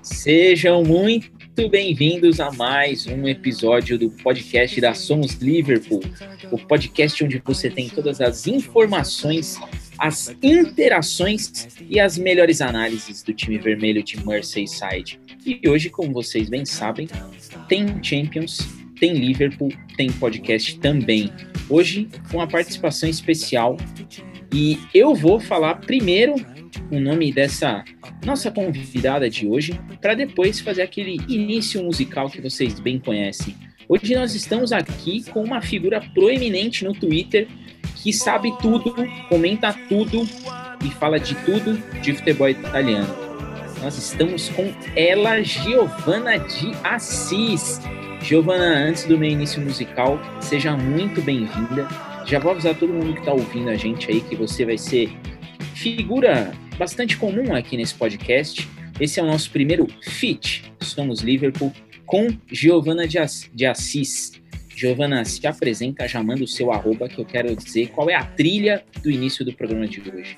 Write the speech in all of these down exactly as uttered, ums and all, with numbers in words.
Sejam muito bem-vindos a mais um episódio do podcast da Somos Liverpool, o podcast onde você tem todas as informações, as interações e as melhores análises do time vermelho de Merseyside. E hoje, como vocês bem sabem, tem Champions, tem Liverpool, tem podcast também. Hoje, com a participação especial, e eu vou falar primeiro o nome dessa nossa convidada de hoje, para depois fazer aquele início musical que vocês bem conhecem. Hoje nós estamos aqui com uma figura proeminente no Twitter, que sabe tudo, comenta tudo e fala de tudo de futebol italiano. Nós estamos com ela, Giovana de Assis. Giovana, antes do meu início musical, seja muito bem-vinda. Já vou avisar todo mundo que está ouvindo a gente aí que você vai ser figura bastante comum aqui nesse podcast. Esse é o nosso primeiro feat, Somos Liverpool, com Giovana de Assis. Giovana, se apresenta, já manda o seu arroba, que eu quero dizer qual é a trilha do início do programa de hoje.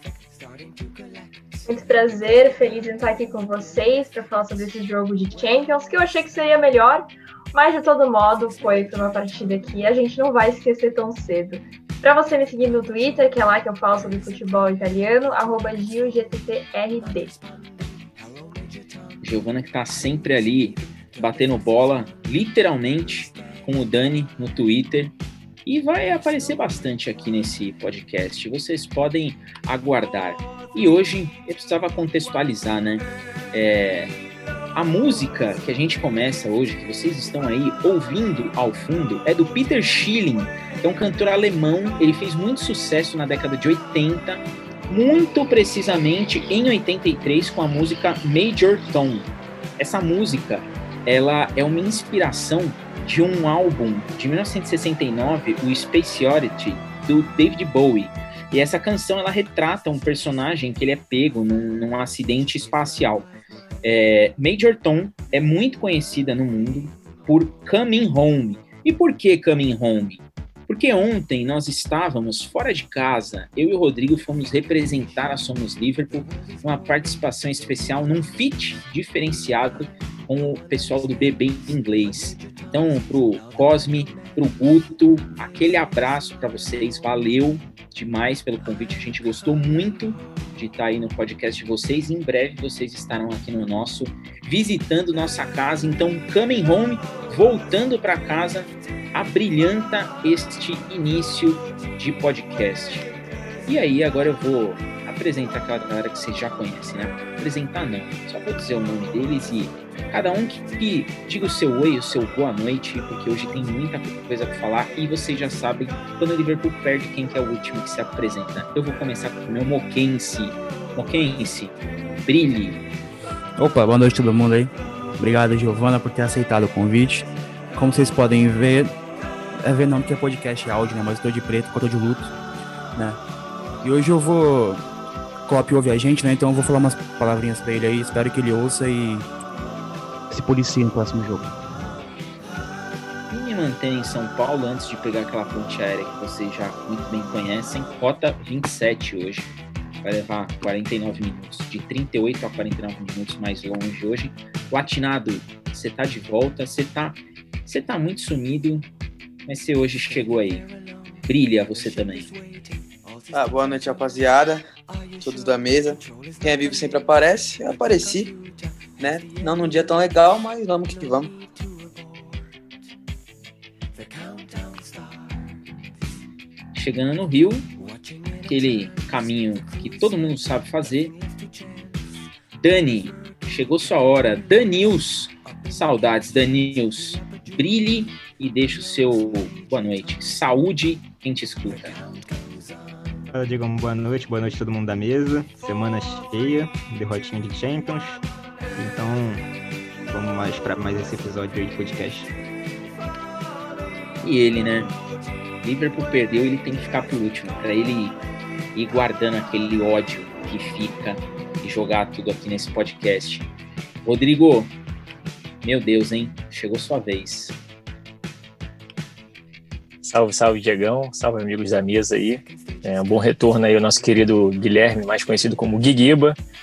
Muito prazer, feliz em estar aqui com vocês para falar sobre esse jogo de Champions, que eu achei que seria melhor, mas de todo modo foi uma partida que a gente não vai esquecer tão cedo. Para você me seguir no Twitter, que é lá que eu falo sobre futebol italiano, arroba Gil G T T R D. Giovana que tá sempre ali, batendo bola, literalmente, com o Dani no Twitter, e vai aparecer bastante aqui nesse podcast. Vocês podem aguardar. E hoje, eu precisava contextualizar, né? É, a música que a gente começa hoje, que vocês estão aí ouvindo ao fundo, é do Peter Schilling, que é um cantor alemão. Ele fez muito sucesso na década de oitenta, muito precisamente em oitenta e três, com a música Major Tom. Essa música, ela é uma inspiração de um álbum de mil novecentos e sessenta e nove, o Space Oddity, do David Bowie. E essa canção, ela retrata um personagem que ele é pego num, num acidente espacial. É, Major Tom é muito conhecida no mundo por Coming Home. E por que Coming Home? Porque ontem nós estávamos fora de casa, eu e o Rodrigo fomos representar a Somos Liverpool, uma participação especial num feat diferenciado com o pessoal do Bebê Inglês. Então, pro Cosme, pro Guto, aquele abraço para vocês, valeu demais pelo convite, a gente gostou muito de estar aí no podcast de vocês, e em breve vocês estarão aqui no nosso, visitando nossa casa. Então, Coming Home, voltando para casa, abrilhanta este início de podcast. E aí, agora eu vou apresentar aquela galera que vocês já conhecem, né? Apresentar não, só vou dizer o nome deles e cada um que, que diga o seu oi, o seu boa noite, porque hoje tem muita coisa para falar e vocês já sabem, quando o Liverpool perde, quem que é o último que se apresenta. Eu vou começar com o meu Moquense. Moquense, brilhe. Opa, boa noite todo mundo aí. Obrigado, Giovana, por ter aceitado o convite. Como vocês podem ver, é ver não porque é podcast e áudio, né? Mas eu tô de preto, eu tô de luto, né? E hoje eu vou... Cop ouve a gente, né? Então eu vou falar umas palavrinhas pra ele aí, espero que ele ouça e se policie no próximo jogo. E me manter em São Paulo antes de pegar aquela ponte aérea que vocês já muito bem conhecem. Rota vinte e sete hoje. Vai levar quarenta e nove minutos. De trinta e oito a quarenta e nove minutos mais longe hoje. Latinado, você tá de volta. Você tá, você tá muito sumido, mas você hoje chegou aí. Brilha você também. Ah, boa noite, rapaziada. Todos da mesa. Quem é vivo sempre aparece. Eu apareci, né? Não num dia tão legal, mas vamos que vamos. Chegando no Rio, aquele caminho que todo mundo sabe fazer. Dani, chegou sua hora. Danils, saudades, Danils. Brilhe e deixe o seu boa noite. Saúde, quem te escuta. Eu digo boa noite, boa noite a todo mundo da mesa. Semana cheia, derrotinha de Champions. Então, vamos mais para mais esse episódio aí de podcast. E ele, né? Liverpool perdeu, ele tem que ficar por último, para ele ir guardando aquele ódio que fica e jogar tudo aqui nesse podcast. Rodrigo, meu Deus, hein? Chegou sua vez. Salve, salve, Diegão. Salve, amigos da mesa aí. É, um bom retorno aí ao nosso querido Guilherme, mais conhecido como Guiguiba.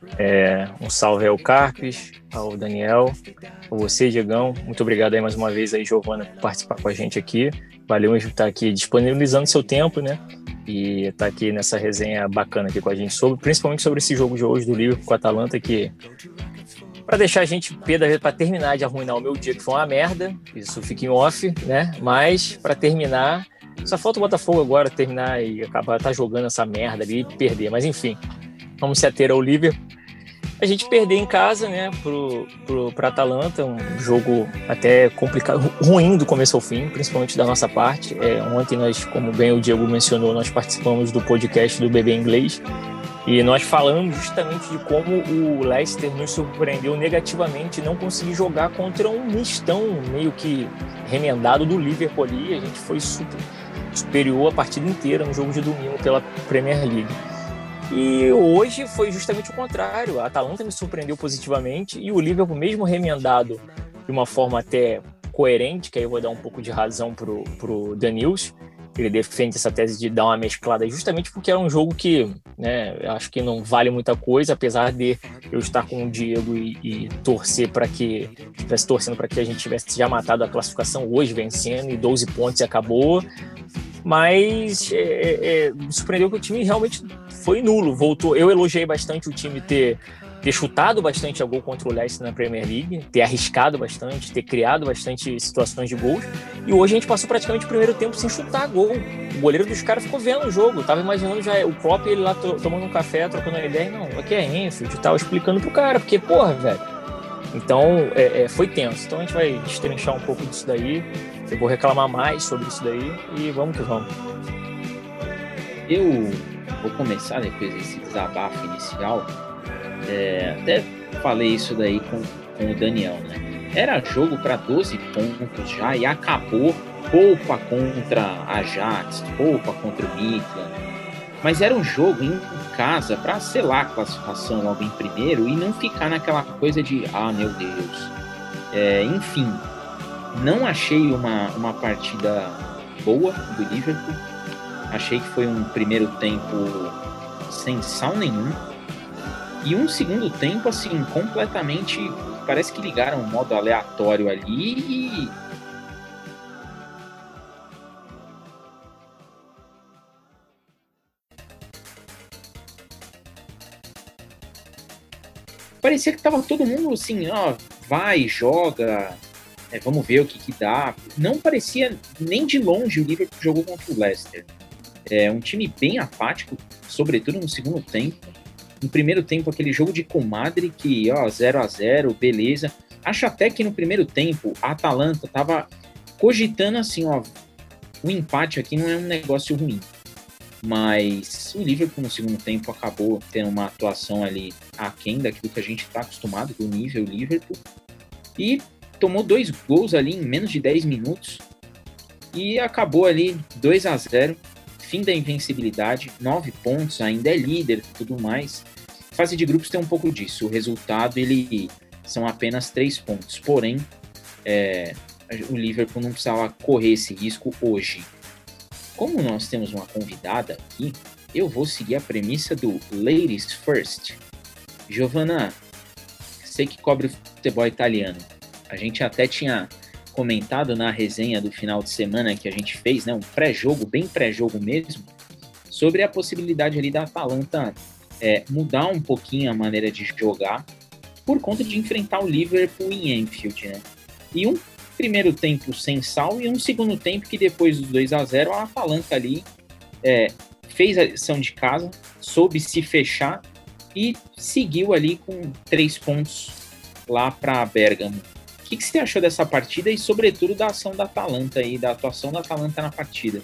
É, um salve ao Carpes, ao Daniel, a você, Diegão. Muito obrigado aí mais uma vez, aí, Giovana, por participar com a gente aqui. Valeu mesmo estar aqui disponibilizando seu tempo, né? E estar aqui nessa resenha bacana aqui com a gente, sobre, principalmente sobre esse jogo de hoje do Liverpool com a Atalanta, que, para deixar a gente pé da vida, para terminar de arruinar o meu dia, que foi uma merda, isso fica em off, né? Mas, para terminar, só falta o Botafogo agora terminar e acabar tá jogando essa merda ali e perder. Mas, enfim, vamos se ater ao Liverpool. A gente perder em casa, né, pro, pro, pra Atalanta, um jogo até complicado, ruim do começo ao fim, principalmente da nossa parte. É, ontem nós, como bem o Diego mencionou, nós participamos do podcast do Bebê Inglês e nós falamos justamente de como o Leicester nos surpreendeu negativamente, não conseguir jogar contra um mistão meio que remendado do Liverpool ali. A gente foi super, superior a partida inteira no jogo de domingo pela Premier League. E hoje foi justamente o contrário. A Atalanta me surpreendeu positivamente e o Liverpool, mesmo remendado de uma forma até coerente, que aí eu vou dar um pouco de razão pro, pro Danils, ele defende essa tese de dar uma mesclada justamente porque era um jogo que, né, eu acho que não vale muita coisa, apesar de eu estar com o Diego e, e torcer para que estivesse torcendo para que a gente tivesse já matado a classificação hoje, vencendo, e doze pontos e acabou. Mas é, é, me surpreendeu que o time realmente foi nulo, voltou. Eu elogiei bastante o time ter, ter chutado bastante a gol contra o Leicester na Premier League, ter arriscado bastante, ter criado bastante situações de gols, e hoje a gente passou praticamente o primeiro tempo sem chutar gol. O goleiro dos caras ficou vendo o jogo, tava imaginando já o Klopp, ele lá to, tomando um café, trocando uma ideia, não, aqui é Enfield e tal, explicando pro cara, porque porra, velho. Então é, é, foi tenso, então a gente vai destrinchar um pouco disso daí. Eu vou reclamar mais sobre isso daí e vamos que vamos. Eu vou começar depois desse desabafo inicial. É, até falei isso daí com, com o Daniel, né? Era jogo para doze pontos já e acabou. Poupa contra a Ajax, poupa contra o Midland. Mas era um jogo em casa para selar a classificação logo em primeiro e não ficar naquela coisa de, ah, meu Deus. É, enfim. Não achei uma, uma partida boa do Liverpool. Achei que foi um primeiro tempo sem sal nenhum. E um segundo tempo, assim, completamente... Parece que ligaram um modo aleatório ali e... Parecia que tava todo mundo assim, ó, vai, joga... É, vamos ver o que, que dá. Não parecia nem de longe o Liverpool jogou contra o Leicester. É um time bem apático, sobretudo no segundo tempo. No primeiro tempo, aquele jogo de comadre que, ó, zero a zero, beleza. Acho até que no primeiro tempo a Atalanta tava cogitando assim, ó, o empate aqui não é um negócio ruim. Mas o Liverpool no segundo tempo acabou tendo uma atuação ali aquém daquilo que a gente está acostumado do nível Liverpool. E tomou dois gols ali em menos de dez minutos e acabou ali dois a zero, fim da invencibilidade, nove pontos, ainda é líder e tudo mais. Fase de grupos tem um pouco disso, o resultado ele são apenas três pontos, porém é, o Liverpool não precisava correr esse risco hoje. Como nós temos uma convidada aqui, eu vou seguir a premissa do Ladies First. Giovana, sei que cobre o futebol italiano. A gente até tinha comentado na resenha do final de semana que a gente fez, né, um pré-jogo, bem pré-jogo mesmo, sobre a possibilidade ali da Atalanta é, mudar um pouquinho a maneira de jogar por conta de enfrentar o Liverpool em Anfield, né? E um primeiro tempo sem sal e um segundo tempo que depois dos dois a zero a Atalanta ali é, fez a lição de casa, soube se fechar e seguiu ali com três pontos lá para Bérgamo. O que, que você achou dessa partida e, sobretudo, da ação da Atalanta e da atuação da Atalanta na partida?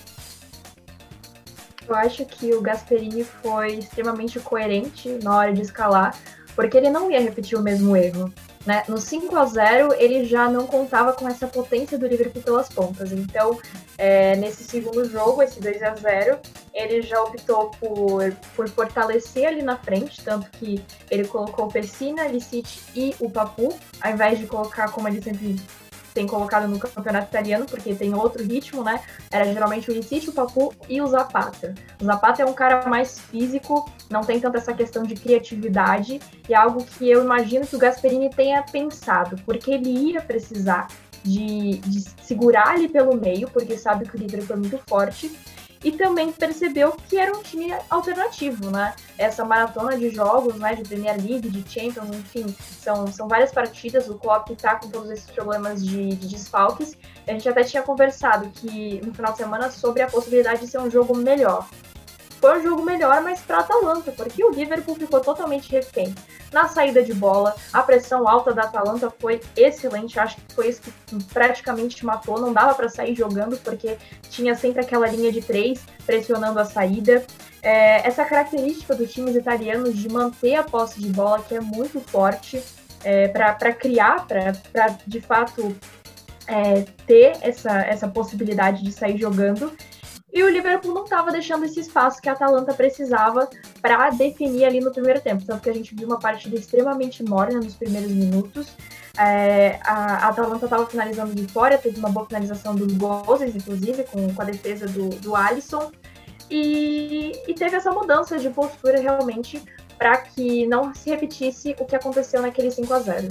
Eu acho que o Gasperini foi extremamente coerente na hora de escalar, porque ele não ia repetir o mesmo erro, né? No cinco a zero, ele já não contava com essa potência do Liverpool pelas pontas. Então, é, nesse segundo jogo, esse dois a zero, ele já optou por, por fortalecer ali na frente, tanto que ele colocou o Pessina, Lisic e o Papu, ao invés de colocar, como ele sempre tem colocado no campeonato italiano, porque tem outro ritmo, né? Era geralmente o Ilicic, o Papu e o Zapata. O Zapata é um cara mais físico, não tem tanta essa questão de criatividade, e é algo que eu imagino que o Gasperini tenha pensado, porque ele ia precisar de, de segurar ali pelo meio, porque sabe que o Liverpool é muito forte, e também percebeu que era um time alternativo, né? Essa maratona de jogos, né, de Premier League, de Champions, enfim, são, são várias partidas, o Klopp tá com todos esses problemas de, de desfalques. A gente até tinha conversado que no final de semana sobre a possibilidade de ser um jogo melhor. Foi um jogo melhor, mas para a Atalanta, porque o Liverpool ficou totalmente refém na saída de bola. A pressão alta da Atalanta foi excelente, acho que foi isso que praticamente matou. Não dava para sair jogando, porque tinha sempre aquela linha de três pressionando a saída. É, essa característica dos times italianos de manter a posse de bola, que é muito forte, é, para criar, para de fato é, ter essa, essa possibilidade de sair jogando. E o Liverpool não estava deixando esse espaço que a Atalanta precisava para definir ali no primeiro tempo. Tanto que a gente viu uma partida extremamente morna nos primeiros minutos. É, a, a Atalanta estava finalizando de fora, teve uma boa finalização do Gozes, inclusive, com, com a defesa do, do Alisson. E, e teve essa mudança de postura realmente para que não se repetisse o que aconteceu naquele cinco a zero.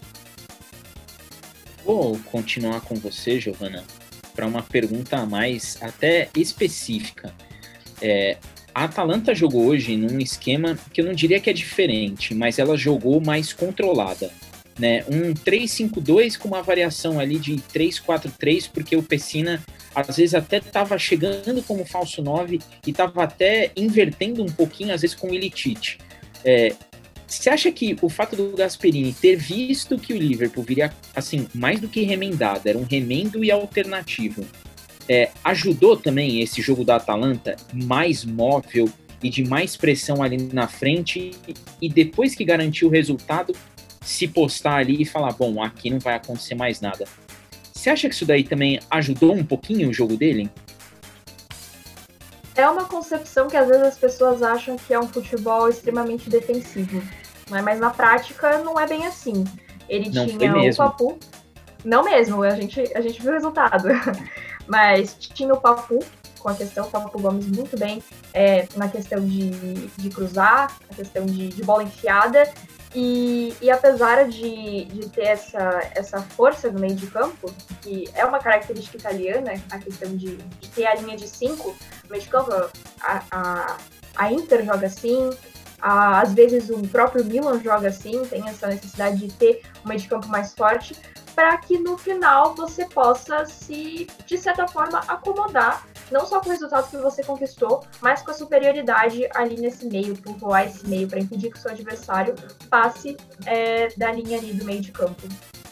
Vou continuar com você, Giovana, para uma pergunta mais até específica. É, a Atalanta jogou hoje num esquema que eu não diria que é diferente, mas ela jogou mais controlada, né? Um três cinco dois com uma variação ali de três quatro três, porque o Pessina às vezes até estava chegando como falso nove e estava até invertendo um pouquinho, às vezes com o Ilicic. É, Você acha que o fato do Gasperini ter visto que o Liverpool viria, assim, mais do que remendado, era um remendo e alternativo, é, ajudou também esse jogo da Atalanta mais móvel e de mais pressão ali na frente, e depois que garantiu o resultado, se postar ali e falar, bom, aqui não vai acontecer mais nada. Você acha que isso daí também ajudou um pouquinho o jogo dele? É uma concepção que às vezes as pessoas acham que é um futebol extremamente defensivo, né? Mas na prática não é bem assim. Ele não tinha o Papu, não mesmo, a gente, a gente viu o resultado, mas tinha o Papu, com a questão, o Papu Gomes muito bem é, na questão de, de cruzar, na questão de, de bola enfiada, e, e apesar de, de ter essa, essa força no meio de campo, que é uma característica italiana, a questão de, de ter a linha de cinco no meio de campo, a, a, a Inter joga assim, a, às vezes o próprio Milan joga assim, tem essa necessidade de ter um meio de campo mais forte, para que no final você possa se, de certa forma, acomodar, não só com o resultado que você conquistou, mas com a superioridade ali nesse meio, pontuar esse meio, para impedir que o seu adversário passe é, da linha ali do meio de campo.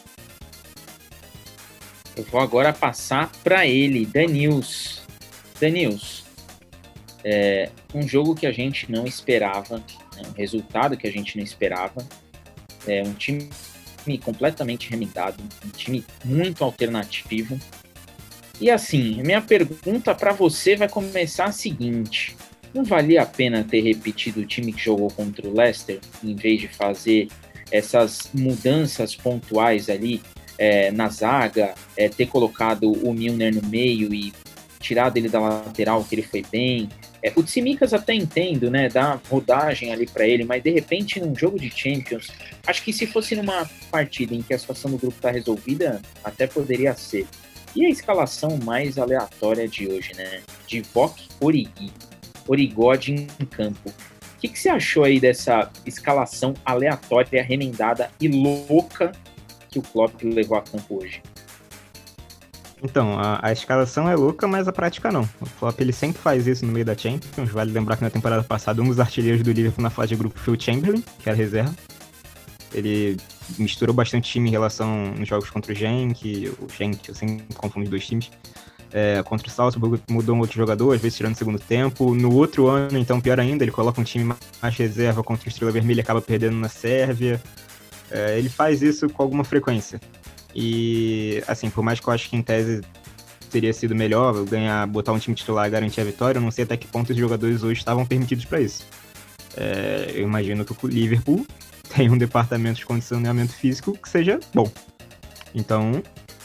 Eu vou agora passar para ele, Danils. Danils, é um jogo que a gente não esperava, né, um resultado que a gente não esperava, é um time completamente remendado, um time muito alternativo. E assim, minha pergunta para você vai começar a seguinte: não valia a pena ter repetido o time que jogou contra o Leicester, em vez de fazer essas mudanças pontuais ali é, na zaga, é, ter colocado o Milner no meio e tirado ele da lateral, que ele foi bem? É, o Tsimikas até entendo, né, dar rodagem ali para ele, mas de repente num jogo de Champions, acho que se fosse numa partida em que a situação do grupo está resolvida, até poderia ser. E a escalação mais aleatória de hoje, né, Divock Origi, Origode em campo. O que, que você achou aí dessa escalação aleatória, remendada e louca que o Klopp levou a campo hoje? Então, a, a escalação é louca, mas a prática não. O Klopp ele sempre faz isso no meio da Champions. Vale lembrar que na temporada passada um dos artilheiros do Liverpool na fase de grupo foi o Chamberlain, que era reserva. Ele misturou bastante time em relação nos jogos contra o Genk, o Genk, eu sempre confundo os dois times. É, contra o Salzburg mudou um outro jogador, às vezes tirando no segundo tempo. No outro ano, então, pior ainda, ele coloca um time mais reserva contra o Estrela Vermelha e acaba perdendo na Sérvia. É, ele faz isso com alguma frequência. E, assim, por mais que eu acho que em tese teria sido melhor ganhar, botar um time titular e garantir a vitória, eu não sei até que ponto os jogadores hoje estavam permitidos para isso. É, eu imagino que o Liverpool tem um departamento de condicionamento físico que seja bom. Então,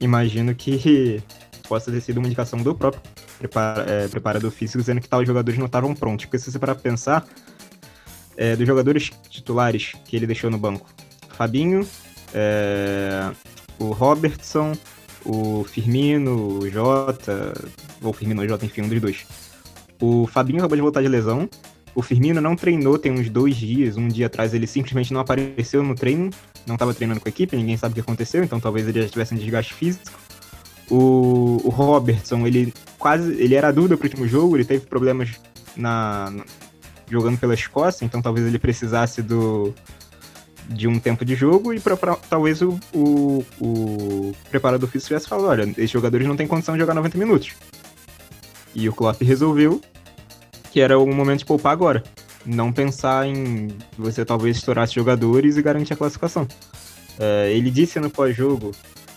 imagino que possa ter sido uma indicação do próprio prepara, é, preparador físico, dizendo que tal jogadores não estavam prontos. Porque se você parar pra pensar, é, dos jogadores titulares que ele deixou no banco, Fabinho, é, o Robertson, o Firmino, o Jota, ou Firmino ou Jota, enfim, um dos dois. O Fabinho acabou de voltar de lesão. O Firmino não treinou tem uns dois dias, um dia atrás ele simplesmente não apareceu no treino, não estava treinando com a equipe, ninguém sabe o que aconteceu, então talvez ele já tivesse um desgaste físico. O, o Robertson, ele quase, ele era dúvida pro último jogo, ele teve problemas na, na, jogando pela Escócia, então talvez ele precisasse do, de um tempo de jogo, e pra, pra, talvez o, o, o preparador físico tivesse falado, olha, esses jogadores não têm condição de jogar noventa minutos. E o Klopp resolveu que era o momento de poupar agora. Não pensar em você talvez estourar esses jogadores e garantir a classificação. É, ele disse no pós-jogo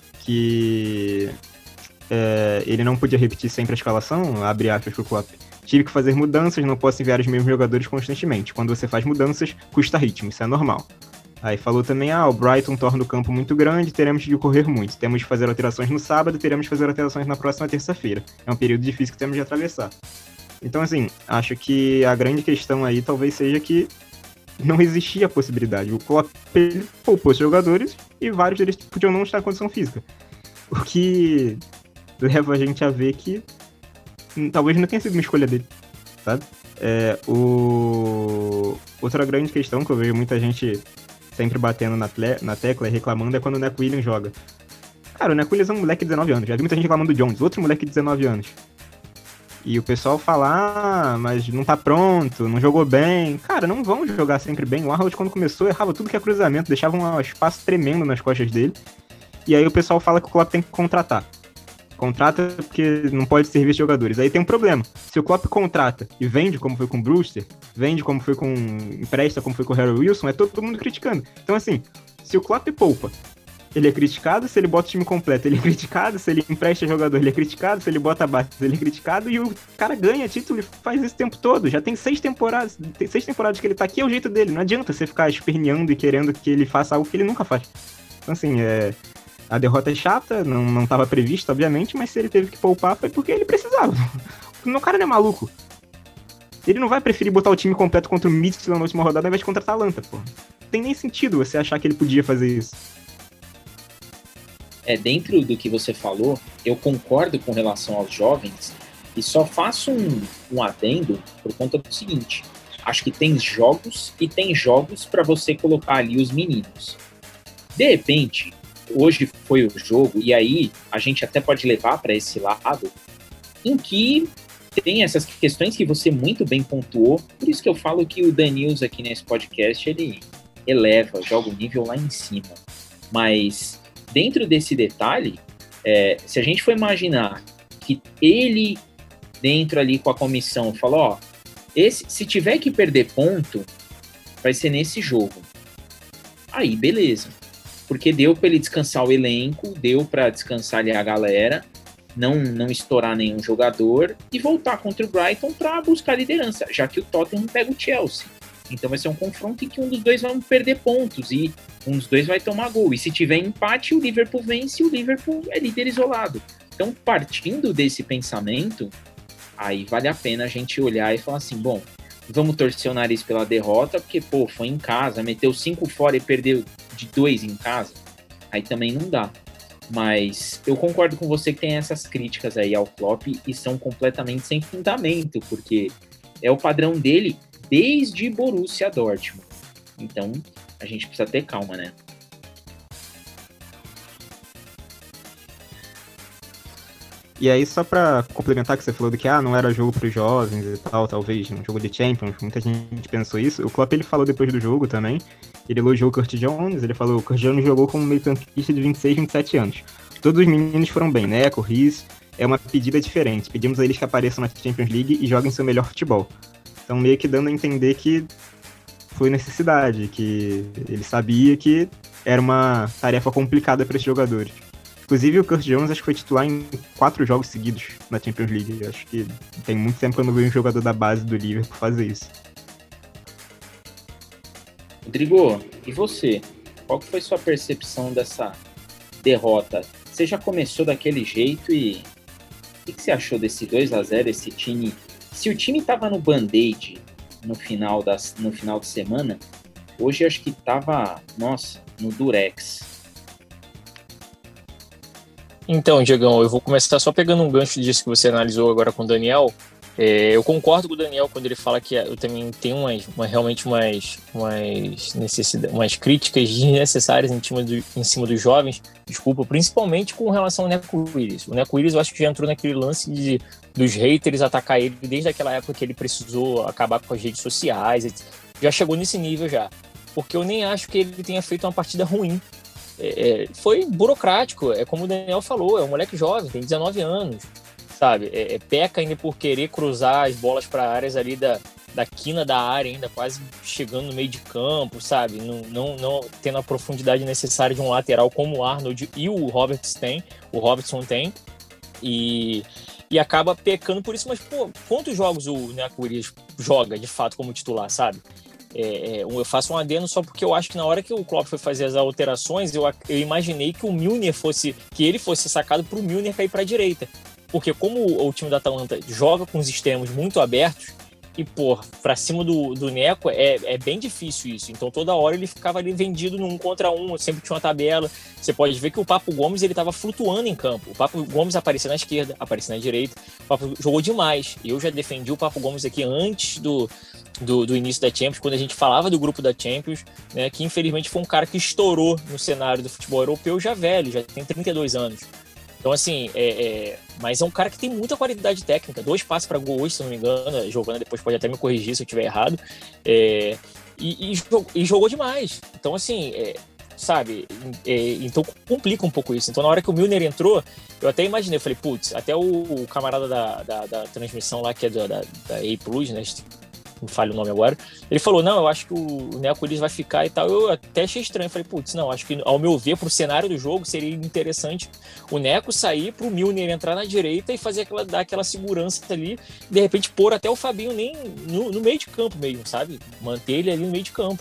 que é, ele não podia repetir sempre a escalação, abre aspas pro Klopp. Tive que fazer mudanças, não posso enviar os mesmos jogadores constantemente. Quando você faz mudanças, custa ritmo, isso é normal. Aí falou também, ah, o Brighton torna o campo muito grande, teremos de correr muito. Temos de fazer alterações no sábado, teremos de fazer alterações na próxima terça-feira. É um período difícil que temos de atravessar. Então, assim, acho que a grande questão aí talvez seja que não existia a possibilidade. O Klopp poupou os jogadores e vários deles podiam não estar em condição física. O que leva a gente a ver que talvez não tenha sido uma escolha dele, sabe? É, o... Outra grande questão que eu vejo muita gente sempre batendo na, tle... na tecla e reclamando é quando o Neco Williams joga. Cara, o Neco Williams é um moleque de dezenove anos. Já vi muita gente reclamando do Jones, outro moleque de dezenove anos. E o pessoal fala, ah, mas não tá pronto, não jogou bem. Cara, não vão jogar sempre bem. O Arnold, quando começou, errava tudo que é cruzamento, deixava um espaço tremendo nas costas dele. E aí o pessoal fala que o Klopp tem que contratar. Contrata porque não pode servir os jogadores. Aí tem um problema. Se o Klopp contrata e vende, como foi com o Brewster, vende como foi com... empresta, como foi com o Harry Wilson, é todo mundo criticando. Então, assim, se o Klopp poupa, ele é criticado. Se ele bota o time completo, ele é criticado. Se ele empresta jogador, ele é criticado. Se ele bota a base, ele é criticado. E o cara ganha título e faz isso o tempo todo. Já tem seis temporadas. Tem seis temporadas que ele tá aqui, é o jeito dele. Não adianta você ficar esperneando e querendo que ele faça algo que ele nunca faz. Então, assim, é... a derrota é chata, não, não tava prevista, obviamente, mas se ele teve que poupar foi porque ele precisava. O cara não é maluco. Ele não vai preferir botar o time completo contra o Midtjylland na última rodada ao invés de contra a Atalanta, pô. Não tem nem sentido você achar que ele podia fazer isso. É, dentro do que você falou, eu concordo com relação aos jovens e só faço um, um adendo por conta do seguinte. Acho que tem jogos e tem jogos para você colocar ali os meninos. De repente, hoje foi o jogo, e aí a gente até pode levar para esse lado, em que tem essas questões que você muito bem pontuou, por isso que eu falo que o Danils aqui nesse podcast, ele eleva, joga o nível lá em cima. Mas dentro desse detalhe, é, se a gente for imaginar que ele, dentro ali com a comissão, falou, ó, esse, se tiver que perder ponto, vai ser nesse jogo. Aí, beleza. Porque deu para ele descansar o elenco, deu para descansar ali a galera, não, não estourar nenhum jogador e voltar contra o Brighton para buscar liderança, já que o Tottenham pega o Chelsea. Então vai ser um confronto em que um dos dois vai perder pontos e um dos dois vai tomar gol. E se tiver empate, o Liverpool vence e o Liverpool é líder isolado. Então, partindo desse pensamento, aí vale a pena a gente olhar e falar assim, bom, vamos torcer o nariz pela derrota, porque, pô, foi em casa, meteu cinco fora e perdeu de dois em casa, aí também não dá. Mas eu concordo com você que tem essas críticas aí ao Klopp e são completamente sem fundamento, porque é o padrão dele desde Borussia Dortmund. Então, a gente precisa ter calma, né? E aí, só pra complementar que você falou do que ah, não era jogo pros jovens e tal, talvez, um jogo de Champions, muita gente pensou isso. O Klopp, ele falou depois do jogo também, ele elogiou o Kurt Jones, ele falou, o Kurt Jones jogou como meio-campista de vinte e seis, vinte e sete anos. Todos os meninos foram bem, né? O Riz é uma pedida diferente. Pedimos a eles que apareçam na Champions League e joguem seu melhor futebol. Então, meio que dando a entender que foi necessidade, que ele sabia que era uma tarefa complicada para esses jogadores. Inclusive, o Kurt Jones acho que foi titular em quatro jogos seguidos na Champions League. Eu acho que tem muito tempo que eu não vejo um jogador da base do Liverpool fazer isso. Rodrigo, e você? Qual que foi sua percepção dessa derrota? você já começou daquele jeito e o que, que você achou desse dois a zero, esse time? Se o time tava no Band-Aid no final, das, no final de semana, hoje acho que tava, nossa, no Durex. Então, Diegão, eu vou começar só pegando um gancho disso que você analisou agora com o Daniel. É, eu concordo com o Daniel quando ele fala que eu também tenho umas, uma, realmente umas, umas, necessidades, umas críticas desnecessárias em cima, do, em cima dos jovens, desculpa, principalmente com relação ao Neco Williams. O Neco Williams eu acho que já entrou naquele lance de, dos haters atacar ele desde aquela época que ele precisou acabar com as redes sociais, já chegou nesse nível já, porque eu nem acho que ele tenha feito uma partida ruim. É, é, foi burocrático, é como o Daniel falou, é um moleque jovem, tem dezenove anos, sabe, é, é, peca ainda por querer cruzar as bolas para áreas ali da, da quina da área, ainda quase chegando no meio de campo, sabe, não, não, não tendo a profundidade necessária de um lateral como o Arnold e o Roberts tem, o Robertson tem, e, e acaba pecando por isso. Mas, pô, quantos jogos o Neco Williams joga, de fato, como titular, sabe? É, é, eu faço um adendo só porque eu acho que na hora que o Klopp foi fazer as alterações, eu, eu imaginei que o Milner fosse, que ele fosse sacado para o Milner cair para a direita, porque como o, o time da Atalanta joga com os extremos muito abertos e, pô, para cima do, do Neco é, é bem difícil isso, então toda hora ele ficava ali vendido num contra um, sempre tinha uma tabela. Você pode ver que o Papo Gomes ele estava flutuando em campo, o Papo Gomes aparecia na esquerda, aparecia na direita, o Papo jogou demais. Eu já defendi o Papo Gomes aqui antes do Do, do início da Champions, quando a gente falava do grupo da Champions, né, que infelizmente foi um cara que estourou no cenário do futebol europeu já velho, já tem trinta e dois anos. Então, assim, é, é, mas é um cara que tem muita qualidade técnica, dois passes para gol hoje, se não me engano, a Giovana depois pode até me corrigir se eu estiver errado, é, e, e, jogou, e jogou demais. Então, assim, é, sabe, é, então complica um pouco isso. Então, na hora que o Milner entrou, eu até imaginei, eu falei, putz, até o, o camarada da, da, da transmissão lá, que é da, da, da A Plus, né, não falho o nome agora, ele falou, não, eu acho que o Neco Williams vai ficar e tal. Eu até achei estranho, falei, putz, não, acho que ao meu ver, pro cenário do jogo, seria interessante o Neco sair, pro Milner entrar na direita e fazer aquela, dar aquela segurança ali, de repente pôr até o Fabinho nem no, no meio de campo mesmo, sabe? Manter ele ali no meio de campo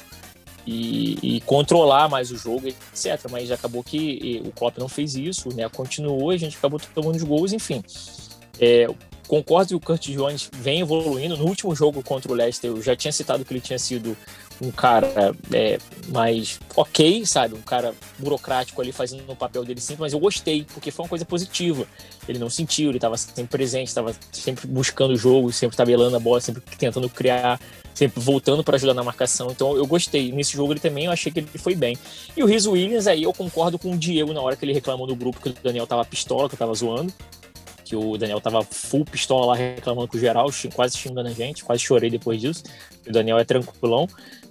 e, e controlar mais o jogo, etcétera. Mas acabou que e, o Klopp não fez isso, o Neco continuou, a gente acabou tomando os gols, enfim. É, concordo que o Curtis Jones vem evoluindo. No último jogo contra o Leicester, eu já tinha citado que ele tinha sido um cara é, mais ok, sabe? Um cara burocrático ali fazendo o papel dele sempre, mas eu gostei, porque foi uma coisa positiva. Ele não sentiu, ele estava sempre presente, estava sempre buscando o jogo, sempre tabelando a bola, sempre tentando criar, sempre voltando para ajudar na marcação. Então eu gostei. Nesse jogo ele também, eu achei que ele foi bem. E o Rhys Williams, aí eu concordo com o Diego na hora que ele reclamou no grupo que o Daniel tava pistola, que eu tava zoando, que o Daniel tava full pistola lá reclamando com o geral, quase xingando a gente, quase chorei depois disso. O Daniel é tranquilão.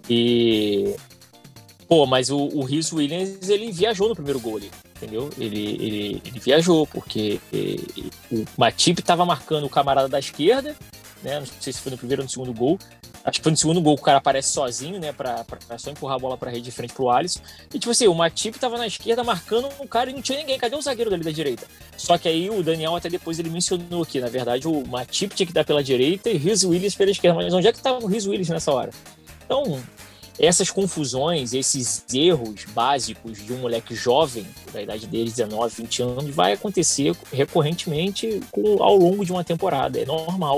E... Pô, mas o, o Rhys Williams, ele viajou no primeiro gol ali, entendeu? Ele, ele, ele viajou, porque ele, o Matip tava marcando o camarada da esquerda, né? Não sei se foi no primeiro ou no segundo gol. Acho que foi no segundo gol, o cara aparece sozinho, né, pra, pra só empurrar a bola pra rede de frente pro Alisson. E tipo assim, o Matip tava na esquerda marcando um cara e não tinha ninguém. Cadê o zagueiro dali da direita? Só que aí o Daniel até depois ele mencionou aqui, na verdade o Matip tinha que dar pela direita e Rhys Williams pela esquerda. Mas onde é que tava o Rhys Williams nessa hora? Então, essas confusões, esses erros básicos de um moleque jovem, da idade dele, dezenove, vinte anos, vai acontecer recorrentemente com, ao longo de uma temporada. É normal.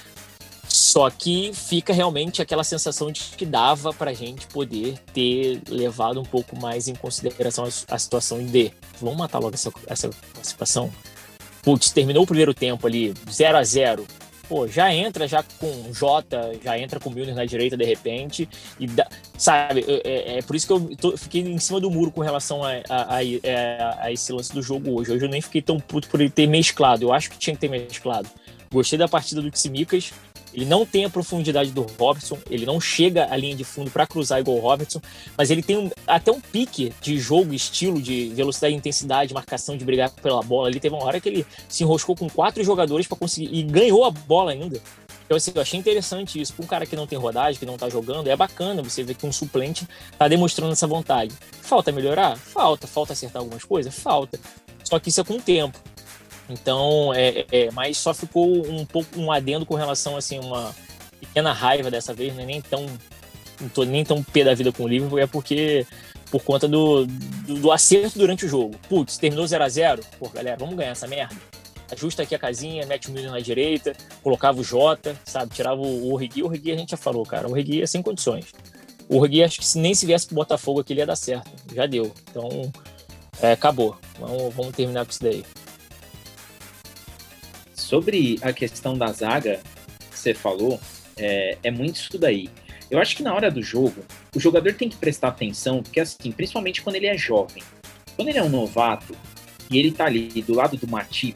Só que fica realmente aquela sensação de que dava pra gente poder ter levado um pouco mais em consideração a, a situação de vamos matar logo essa, essa participação. Putz, terminou o primeiro tempo ali, zero a zero. Pô, já entra já com o Jota, já entra com o Milner na direita de repente. E dá, sabe, é, é por isso que eu tô, fiquei em cima do muro com relação a, a, a, a esse lance do jogo hoje. Hoje eu nem fiquei tão puto por ele ter mesclado. Eu acho que tinha que ter mesclado. Gostei da partida do Tsimikas. Ele não tem a profundidade do Robertson, ele não chega à linha de fundo para cruzar igual o Robertson, mas ele tem um, até um pique de jogo, estilo de velocidade, intensidade, marcação, de brigar pela bola. Ele teve uma hora que ele se enroscou com quatro jogadores para conseguir e ganhou a bola ainda. Então, assim, eu achei interessante isso. Para um cara que não tem rodagem, que não tá jogando, é bacana você ver que um suplente tá demonstrando essa vontade. Falta melhorar? Falta. Falta acertar algumas coisas? Falta. Só que isso é com o tempo. Então, é, é, mas só ficou um pouco um adendo com relação, assim, uma pequena raiva dessa vez, né? Nem tão, não tô nem tão pé da vida com o Liverpool, é porque por conta do, do, do acerto durante o jogo. Putz, terminou zero a zero, pô, galera, vamos ganhar essa merda. Ajusta aqui a casinha, mete o Miller na direita, colocava o Jota, sabe, tirava o Origi. O Origi a gente já falou, cara, o Origi é sem condições. O Origi, acho que se nem se viesse pro Botafogo aqui, ele ia dar certo. Já deu. Então, é, acabou. Vamos, vamos terminar com isso daí. Sobre a questão da zaga que você falou, é, é muito isso daí. Eu acho que na hora do jogo, o jogador tem que prestar atenção, porque assim, principalmente quando ele é jovem, quando ele é um novato e ele tá ali do lado do Matip,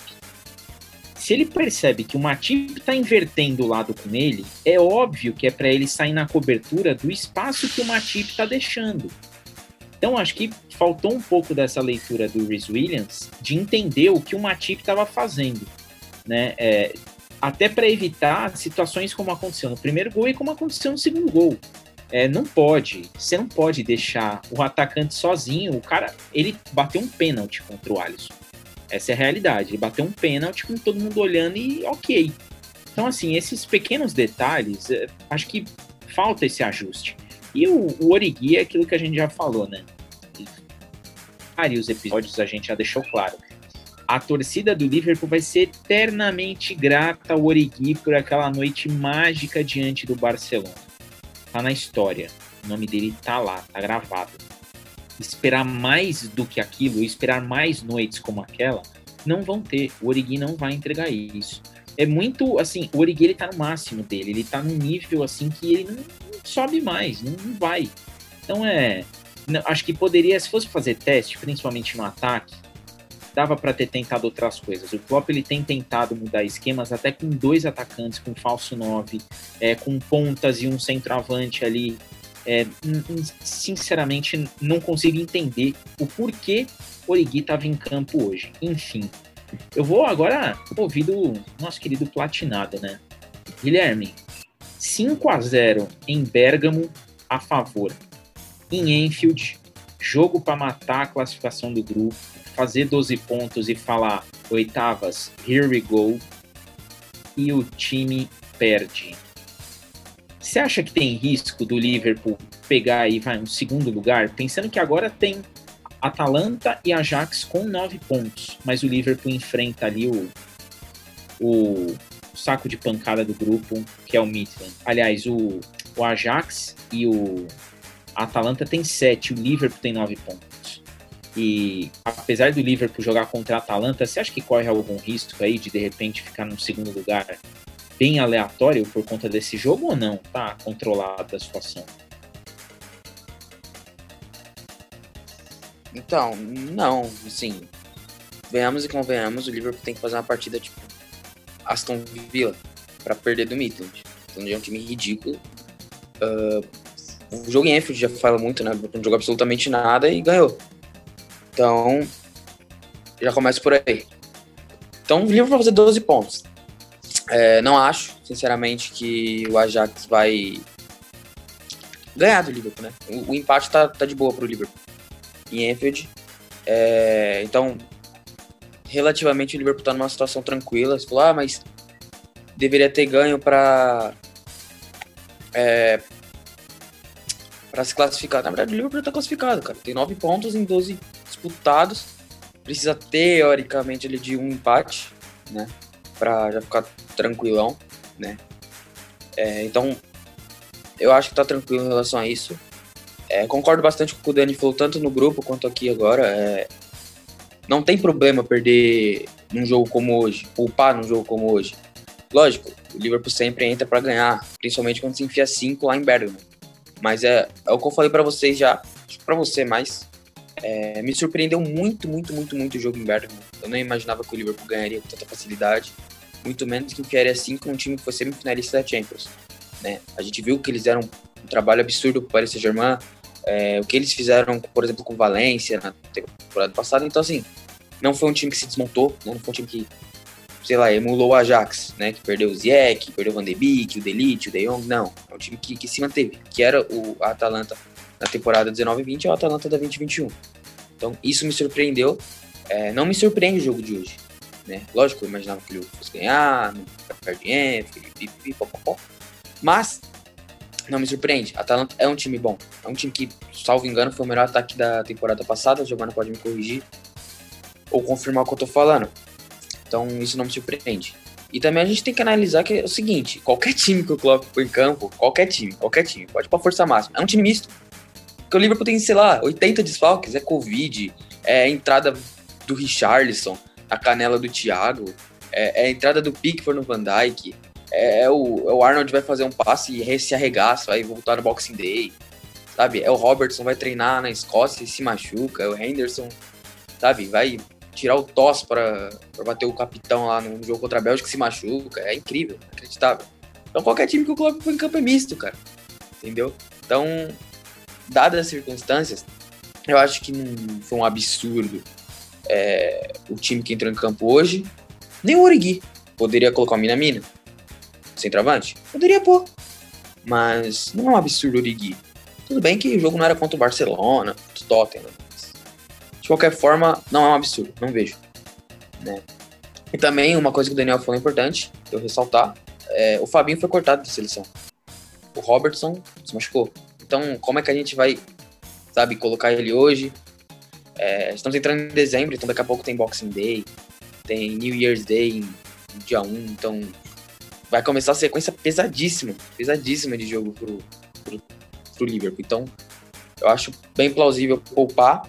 se ele percebe que o Matip tá invertendo o lado com ele, é óbvio que é para ele sair na cobertura do espaço que o Matip tá deixando. Então acho que faltou um pouco dessa leitura do Rhys Williams de entender o que o Matip estava fazendo, né? É, até para evitar situações como aconteceu no primeiro gol e como aconteceu no segundo gol. É, não pode, você não pode deixar o atacante sozinho. O cara, ele bateu um pênalti contra o Alisson. Essa é a realidade. Ele bateu um pênalti com todo mundo olhando e ok. Então, assim, esses pequenos detalhes, é, acho que falta esse ajuste. E o, o Origi é aquilo que a gente já falou, né? E vários episódios a gente já deixou claro. A torcida do Liverpool vai ser eternamente grata ao Origi por aquela noite mágica diante do Barcelona. Tá na história. O nome dele tá lá, tá gravado. Esperar mais do que aquilo, esperar mais noites como aquela, não vão ter. O Origi não vai entregar isso. É muito, assim, o Origi, ele tá no máximo dele. Ele tá num nível, assim, que ele não, não sobe mais, não, não vai. Então, é... Não, acho que poderia, se fosse fazer teste, principalmente no ataque, dava para ter tentado outras coisas. O Klopp, ele tem tentado mudar esquemas até com dois atacantes, com falso nove, é, com pontas e um centroavante ali. É, sinceramente, não consigo entender o porquê o Origi estava em campo hoje. Enfim, eu vou agora ouvir do nosso querido Platinado, né? Guilherme, cinco a zero em Bérgamo a favor. Em Anfield, jogo para matar a classificação do grupo, fazer doze pontos e falar oitavas, here we go, e o time perde. Você acha que tem risco do Liverpool pegar aí, vai, um segundo lugar? Pensando que agora tem Atalanta e Ajax com nove pontos, mas o Liverpool enfrenta ali o, o saco de pancada do grupo, que é o Midland. Aliás, o, o Ajax e o Atalanta tem sete, o Liverpool tem nove pontos. E apesar do Liverpool jogar contra a Atalanta, você acha que corre algum risco aí de de repente ficar no segundo lugar bem aleatório por conta desse jogo ou não? Tá controlada a situação? Então, não, assim, venhamos e convenhamos, o Liverpool tem que fazer uma partida tipo Aston Villa pra perder do Midland. Então é um time ridículo. Uh, o jogo em Anfield já fala muito, né? Não jogou absolutamente nada e ganhou. Então, já começa por aí. Então, o Liverpool vai fazer doze pontos. É, não acho, sinceramente, que o Ajax vai ganhar do Liverpool, né? O, o empate tá, tá de boa pro Liverpool em Anfield. É, então, relativamente, o Liverpool tá numa situação tranquila. Você falou, ah, mas deveria ter ganho pra, é, pra se classificar. Na verdade, o Liverpool tá classificado, cara. Tem nove pontos em doze disputados. Precisa, teoricamente, ali de um empate, né? Pra já ficar tranquilão, né? É, então, eu acho que tá tranquilo em relação a isso. É, concordo bastante com o que o Dani falou, tanto no grupo quanto aqui agora. É, não tem problema perder num jogo como hoje, poupar num jogo como hoje. Lógico, o Liverpool sempre entra pra ganhar, principalmente quando se enfia cinco lá em Bergamo. Mas é, é o que eu falei pra vocês já, acho que pra você mais. É, me surpreendeu muito, muito, muito, muito o jogo em Bergamo. Eu não imaginava que o Liverpool ganharia com tanta facilidade, muito menos que enfiaria cinco num time que foi semifinalista da Champions, né? A gente viu que eles deram um trabalho absurdo pro Paris Saint-Germain, é, o que eles fizeram, por exemplo, com o Valência na temporada passada. Então, assim, não foi um time que se desmontou, né? Não foi um time que, sei lá, emulou o Ajax, né? Que perdeu o Ziyech, perdeu o Van de Beek, o De Ligt, o De Jong. Não, é um time que, que se manteve, que era o a Atalanta na temporada dezenove vinte e o Atalanta da vinte vinte e um. Então, isso me surpreendeu. É, não me surpreende o jogo de hoje, né? Lógico, eu imaginava que o Liverpool fosse ganhar, não perde Anfield, pipipipopopó. Mas não me surpreende. A Atalanta é um time bom. É um time que, salvo engano, foi o melhor ataque da temporada passada. A Giovanna pode me corrigir ou confirmar o que eu tô falando. Então, isso não me surpreende. E também a gente tem que analisar que é o seguinte, qualquer time que o Klopp põe em campo, qualquer time, qualquer time, pode ir pra força máxima, é um time misto. Porque o Liverpool tem, sei lá, oitenta desfalques, é Covid, é a entrada do Richarlison, a canela do Thiago, é, é a entrada do Pickford no Van Dijk, é, é, o, é o Arnold vai fazer um passe e se arregaça, vai voltar no Boxing Day, sabe? É o Robertson vai treinar na Escócia e se machuca, é o Henderson, sabe? Vai tirar o tosse para bater o capitão lá no jogo contra a Bélgica, se machuca, é incrível, inacreditável. Então qualquer time que o Klopp põe em campo é misto, cara, entendeu? Então, dadas as circunstâncias, eu acho que não foi um absurdo é, o time que entrou em campo hoje. Nem o Origi poderia colocar o Minamino, centroavante, poderia pôr, mas não é um absurdo o Origi. Tudo bem que o jogo não era contra o Barcelona, contra o Tottenham, de qualquer forma, não é um absurdo, não vejo, né? E também, uma coisa que o Daniel falou importante, eu ressaltar, é, o Fabinho foi cortado da seleção. O Robertson se machucou. Então, como é que a gente vai, sabe, colocar ele hoje? É, estamos entrando em dezembro, então daqui a pouco tem Boxing Day, tem New Year's Day em dia um, então vai começar a sequência pesadíssima, pesadíssima de jogo pro, pro, pro Liverpool. Então, eu acho bem plausível poupar.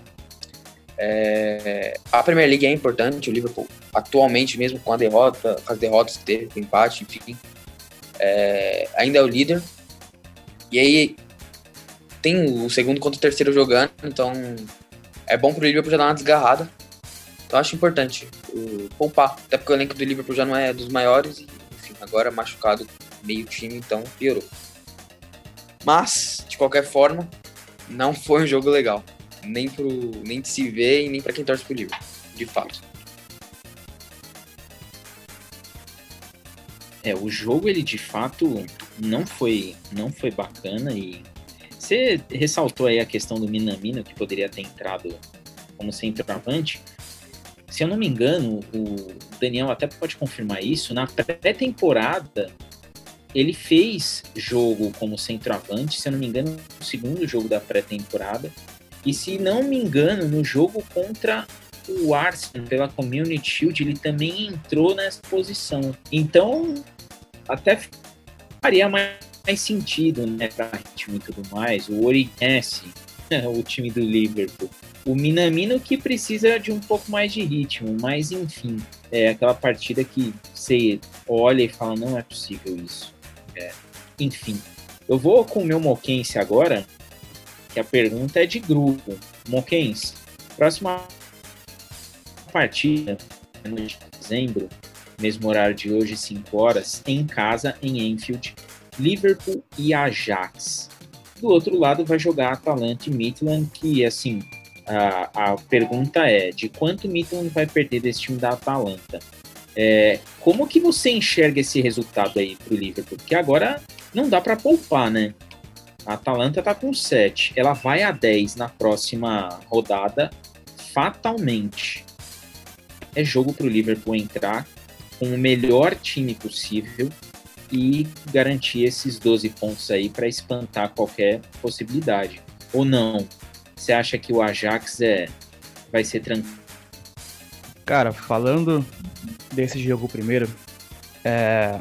É, a Premier League é importante, o Liverpool atualmente, mesmo com a derrota, com as derrotas que teve, com o empate, enfim, é, ainda é o líder. E aí tem o segundo contra o terceiro jogando, então é bom pro Liverpool já dar uma desgarrada. Então eu acho importante o, poupar, até porque o elenco do Liverpool já não é dos maiores, e enfim, agora machucado meio time, então piorou. Mas, de qualquer forma, não foi um jogo legal. Nem, pro, nem de se ver e nem pra quem torce pro Liverpool, de fato. É, o jogo, ele de fato não foi, não foi bacana. E você ressaltou aí a questão do Minamino, que poderia ter entrado como centroavante. Se eu não me engano, o Daniel até pode confirmar isso, na pré-temporada ele fez jogo como centroavante, se eu não me engano, no segundo jogo da pré-temporada. E se não me engano, no jogo contra o Arsenal, pela Community Shield, ele também entrou nessa posição. Então, até faria mais, mais sentido, né, para ritmo e tudo mais. O Origi, o time do Liverpool. O Minamino que precisa de um pouco mais de ritmo, mas enfim, é aquela partida que você olha e fala, não é possível isso. É, enfim, eu vou com o meu Moquense agora, que a pergunta é de grupo. Moquense, próxima partida, no de dezembro, mesmo horário de hoje, cinco horas, em casa, em Anfield, Liverpool e Ajax. Do outro lado vai jogar Atalanta e Midtjylland, que, assim, a, a pergunta é, de quanto Midtjylland vai perder desse time da Atalanta? É, como que você enxerga esse resultado aí pro Liverpool? Porque agora não dá para poupar, né? A Atalanta tá com sete, ela vai a dez na próxima rodada, fatalmente. É jogo pro Liverpool entrar com o melhor time possível e garantir esses doze pontos aí para espantar qualquer possibilidade. Ou não? Você acha que o Ajax é, vai ser tranquilo? Cara, falando desse jogo primeiro, é...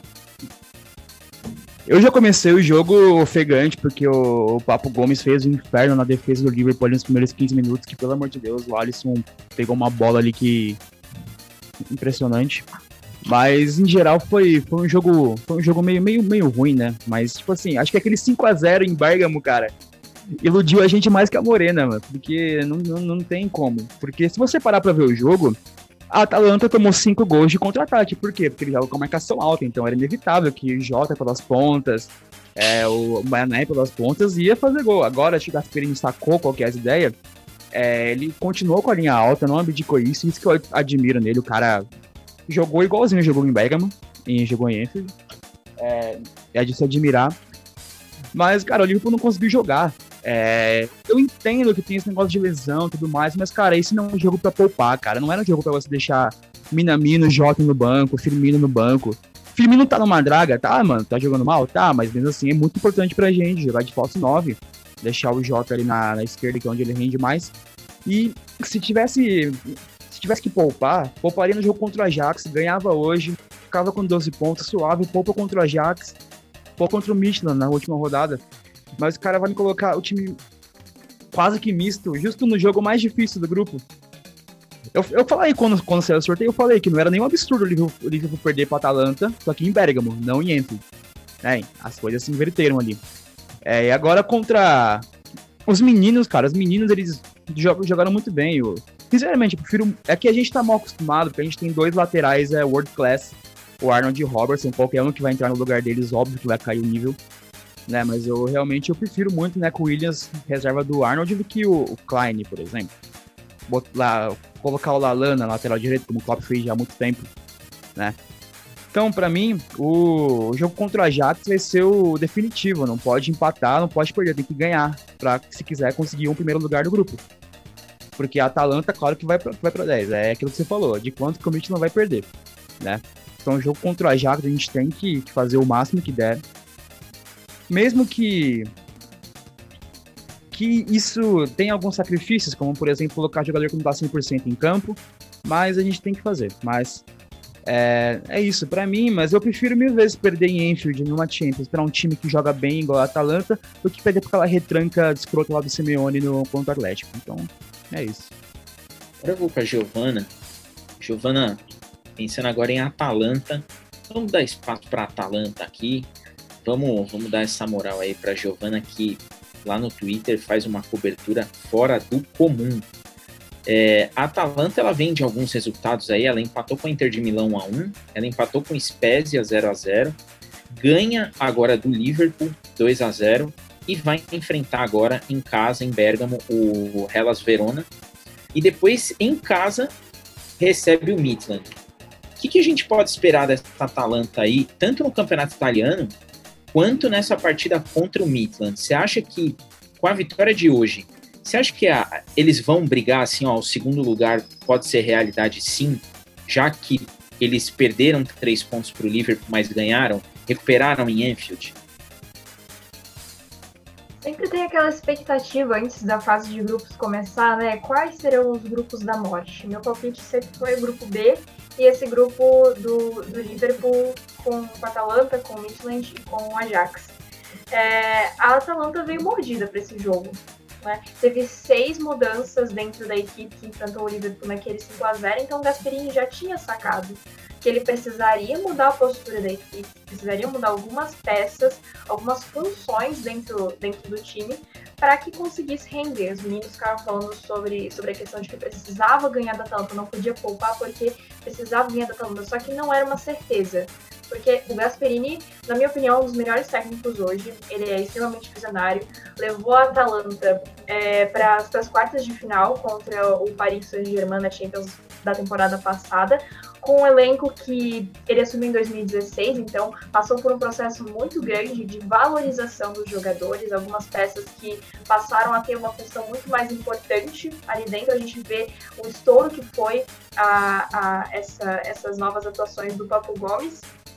eu já comecei o jogo ofegante, porque o, o Papo Gomes fez um inferno na defesa do Liverpool nos primeiros quinze minutos, que, pelo amor de Deus, o Alisson pegou uma bola ali que... impressionante. Mas, em geral, foi, foi um jogo, foi um jogo meio, meio, meio ruim, né? Mas, tipo assim, acho que aquele cinco a zero em Bérgamo, cara, iludiu a gente mais que a Morena, mano. Porque não, não, não tem como. Porque se você parar pra ver o jogo, a Atalanta tomou cinco gols de contra-ataque. Por quê? Porque ele joga com a marcação alta, então era inevitável que o Jota pelas pontas, é, o Mané pelas pontas ia fazer gol. Agora, o Gasperini sacou qual que é a ideia, é, ele continuou com a linha alta, não abdicou isso, isso que eu admiro nele. O cara jogou igualzinho jogou em Bergamo, e jogou em Anfield, é, é de se admirar. Mas, cara, o Liverpool não conseguiu jogar. É, eu entendo que tem esse negócio de lesão e tudo mais, mas, cara, esse não é um jogo pra poupar, cara. Não era um jogo pra você deixar Minamino, Jota no banco, Firmino no banco. Firmino tá numa draga, tá, mano, tá jogando mal, tá, mas mesmo assim é muito importante pra gente jogar de falso nove, deixar o Jota ali na, na esquerda, que é onde ele rende mais. E se tivesse, se tivesse que poupar, pouparia no jogo contra o Ajax, ganhava hoje, ficava com doze pontos, suave, poupa contra o Ajax, poupa contra o Midtjylland na última rodada. Mas o cara vai me colocar o time quase que misto, justo no jogo mais difícil do grupo. Eu, eu falei, quando, quando saiu o sorteio, eu falei que não era nenhum absurdo o Liverpool, o Liverpool perder pra Atalanta, só que em Bérgamo, não em Anfield. É, as coisas se inverteram ali. É, e agora contra os meninos, cara, os meninos, eles jogaram muito bem. Eu, sinceramente, eu prefiro... É que a gente tá mal acostumado, porque a gente tem dois laterais é, world class, o Arnold e o Robertson, qualquer um que vai entrar no lugar deles, óbvio que vai cair o nível. Né, mas eu realmente eu prefiro muito, né, com o Williams reserva do Arnold do que o, o Klein, por exemplo. Bot, lá, colocar o Lallana na lateral direito, como o Klopp fez já há muito tempo, né? Então, pra mim, o, o jogo contra o Ajax vai ser o definitivo. Não pode empatar, não pode perder, tem que ganhar pra, se quiser, conseguir um primeiro lugar do grupo. Porque a Atalanta, claro que vai pra, vai pra dez. É aquilo que você falou, de quanto que o Mitch não vai perder, né? Então, o jogo contra o Ajax, a gente tem que, que fazer o máximo que der. Mesmo que, que isso tenha alguns sacrifícios, como, por exemplo, colocar jogador que não está cem por cento em campo, mas a gente tem que fazer. Mas é, é isso para mim, mas eu prefiro mil vezes perder em Anfield numa Champions para um time que joga bem igual a Atalanta do que perder por aquela retranca de escroto lá do Simeone no contra o Atlético. Então, é isso. Agora eu vou para Giovana. Giovana, pensando agora em Atalanta, vamos dar espaço para Atalanta aqui. Vamos, vamos dar essa moral aí para Giovana, que lá no Twitter faz uma cobertura fora do comum. É, a Atalanta, ela vem de alguns resultados aí, ela empatou com a Inter de Milão um a um, ela empatou com o Spezia zero a zero, ganha agora do Liverpool dois a zero e vai enfrentar agora em casa, em Bérgamo, o Hellas Verona, e depois em casa recebe o Midtjylland. O que, que a gente pode esperar dessa Atalanta aí, tanto no campeonato italiano, quanto nessa partida contra o Midtjylland? Você acha que, com a vitória de hoje, você acha que a, eles vão brigar assim, ó, o segundo lugar pode ser realidade sim, já que eles perderam três pontos para o Liverpool, mas ganharam, recuperaram em Anfield? Sempre tem aquela expectativa antes da fase de grupos começar, né? Quais serão os grupos da morte? Meu palpite sempre foi o grupo B e esse grupo do, do Liverpool com, com a Atalanta, com o Midtjylland e com o Ajax. É, a Atalanta veio mordida para esse jogo, né? Teve seis mudanças dentro da equipe que enfrentou o Liverpool naquele cinco a zero, então o Gasperini já tinha sacado que ele precisaria mudar a postura da equipe, precisaria mudar algumas peças, algumas funções dentro, dentro do time para que conseguisse render. Os meninos ficaram falando sobre, sobre a questão de que precisava ganhar da Atalanta, não podia poupar porque precisava ganhar da Atalanta, só que não era uma certeza. Porque o Gasperini, na minha opinião, é um dos melhores técnicos hoje, ele é extremamente visionário, levou a Atalanta é, para as quartas de final contra o Paris Saint-Germain na Champions da temporada passada, com um elenco que ele assumiu em dois mil e dezesseis, então passou por um processo muito grande de valorização dos jogadores, algumas peças que passaram a ter uma função muito mais importante ali dentro. A gente vê o estouro que foi a, a essa, essas novas atuações do Papu Gomes.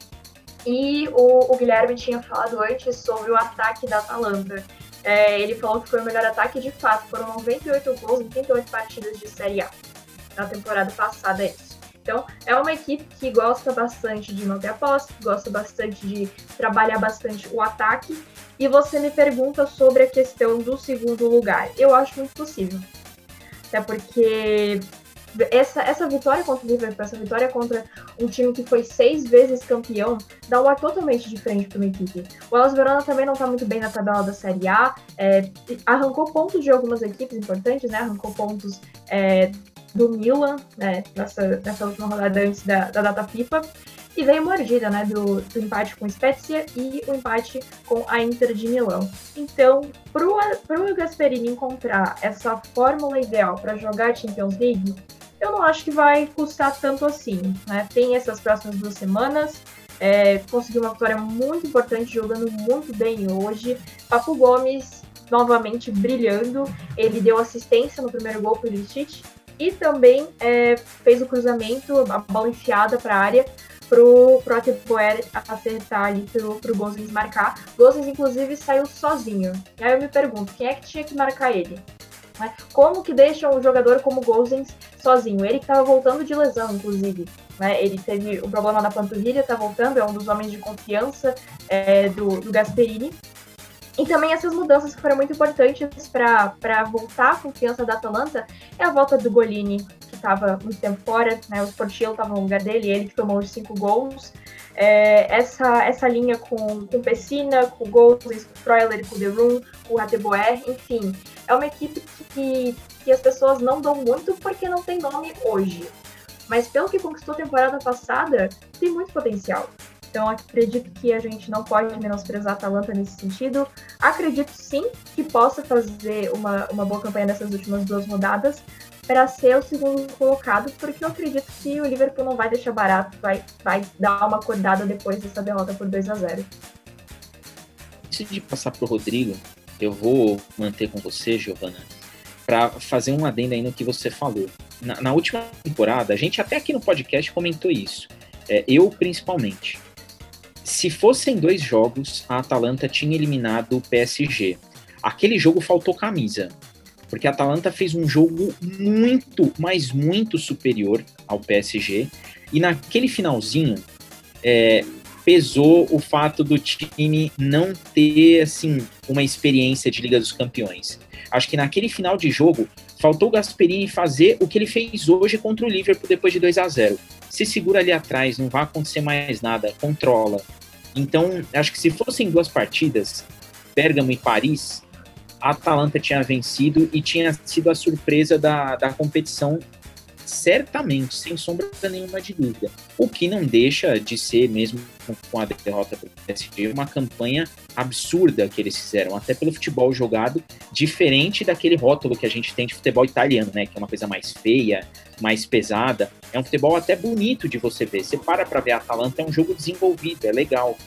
E o, o Guilherme tinha falado antes sobre o ataque da Atalanta. É, ele falou que foi o melhor ataque de fato, foram noventa e oito gols em trinta e oito partidas de Série A na temporada passada. É isso. Então, é uma equipe que gosta bastante de manter a posse, gosta bastante de trabalhar bastante o ataque. E você me pergunta sobre a questão do segundo lugar. Eu acho muito possível. Até porque essa, essa vitória contra o Liverpool, essa vitória contra um time que foi seis vezes campeão, dá um ar totalmente diferente para uma equipe. O Hellas Verona também não está muito bem na tabela da Série A, é, arrancou pontos de algumas equipes importantes, né? Arrancou pontos é, do Milan, né, nessa, nessa última rodada antes da, da data FIFA, e veio mordida, né, do, do empate com o Spezia e o empate com a Inter de Milão. Então, para o Gasperini encontrar essa fórmula ideal para jogar a Champions League, eu não acho que vai custar tanto assim, né? Tem essas próximas duas semanas, é, conseguiu uma vitória muito importante, jogando muito bem hoje. Papu Gomes, novamente brilhando, ele deu assistência no primeiro gol para o Ilicic, e também é, fez o cruzamento, a bola enfiada para a área pro, pro Ateboer acertar ali pro, pro Gosens marcar. Gosens, inclusive, saiu sozinho. E aí eu me pergunto, quem é que tinha que marcar ele? Né? Como que deixa um jogador como Gosens sozinho? Ele que estava voltando de lesão, inclusive. Né? Ele teve o problema na panturrilha, está voltando, é um dos homens de confiança é, do, do Gasperini. E também essas mudanças que foram muito importantes para voltar a confiança da Atalanta é a volta do Golini, que estava muito tempo fora, né? O Sportiello estava no lugar dele, ele que tomou os cinco gols. É, essa, essa linha com, com Pessina, com o Gosens, com o Freuler, com o De Roon, com o Ateboer, enfim. É uma equipe que, que as pessoas não dão muito porque não tem nome hoje. Mas pelo que conquistou a temporada passada, tem muito potencial. Então, acredito que a gente não pode menosprezar a Atalanta nesse sentido. Acredito, sim, que possa fazer uma, uma boa campanha nessas últimas duas rodadas para ser o segundo colocado, porque eu acredito que o Liverpool não vai deixar barato, vai, vai dar uma acordada depois dessa derrota por dois a zero. Antes de passar para o Rodrigo, eu vou manter com você, Giovana, para fazer um adendo aí no que você falou. Na, na última temporada, a gente até aqui no podcast comentou isso, é, eu principalmente. Se fossem dois jogos, a Atalanta tinha eliminado o P S G. Aquele jogo faltou camisa, porque a Atalanta fez um jogo muito, mas muito superior ao P S G, e naquele finalzinho é, pesou o fato do time não ter assim, uma experiência de Liga dos Campeões. Acho que naquele final de jogo faltou o Gasperini fazer o que ele fez hoje contra o Liverpool depois de dois a zero. Se segura ali atrás, não vai acontecer mais nada, controla. Então, acho que se fossem duas partidas, Bérgamo e Paris, a Atalanta tinha vencido e tinha sido a surpresa da, da competição, certamente, sem sombra nenhuma de dúvida. O que não deixa de ser, mesmo com a derrota do P S G, uma campanha absurda que eles fizeram, até pelo futebol jogado, diferente daquele rótulo que a gente tem de futebol italiano, né, que é uma coisa mais feia, mais pesada. É um futebol até bonito de você ver. Você para para ver a Atalanta, é um jogo desenvolvido, é legal.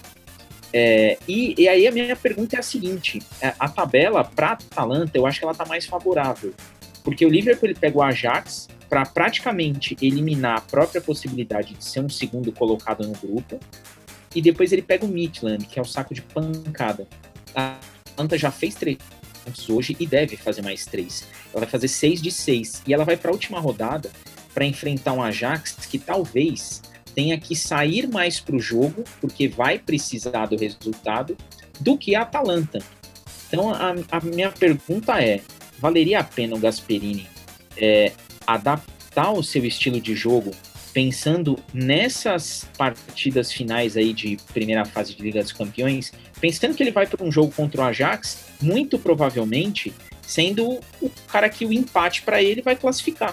É, e, e aí a minha pergunta é a seguinte, a tabela para a Atalanta, eu acho que ela está mais favorável, porque o Liverpool ele pega o Ajax para praticamente eliminar a própria possibilidade de ser um segundo colocado no grupo, e depois ele pega o Midtjylland, que é o saco de pancada. A Atalanta já fez três pontos hoje e deve fazer mais três. Ela vai fazer seis de seis, e ela vai para a última rodada para enfrentar um Ajax que talvez tenha que sair mais para o jogo, porque vai precisar do resultado, do que a Atalanta. Então a, a minha pergunta é, valeria a pena o Gasperini é, adaptar o seu estilo de jogo pensando nessas partidas finais aí de primeira fase de Liga dos Campeões, pensando que ele vai para um jogo contra o Ajax, muito provavelmente sendo o cara que o empate para ele vai classificar?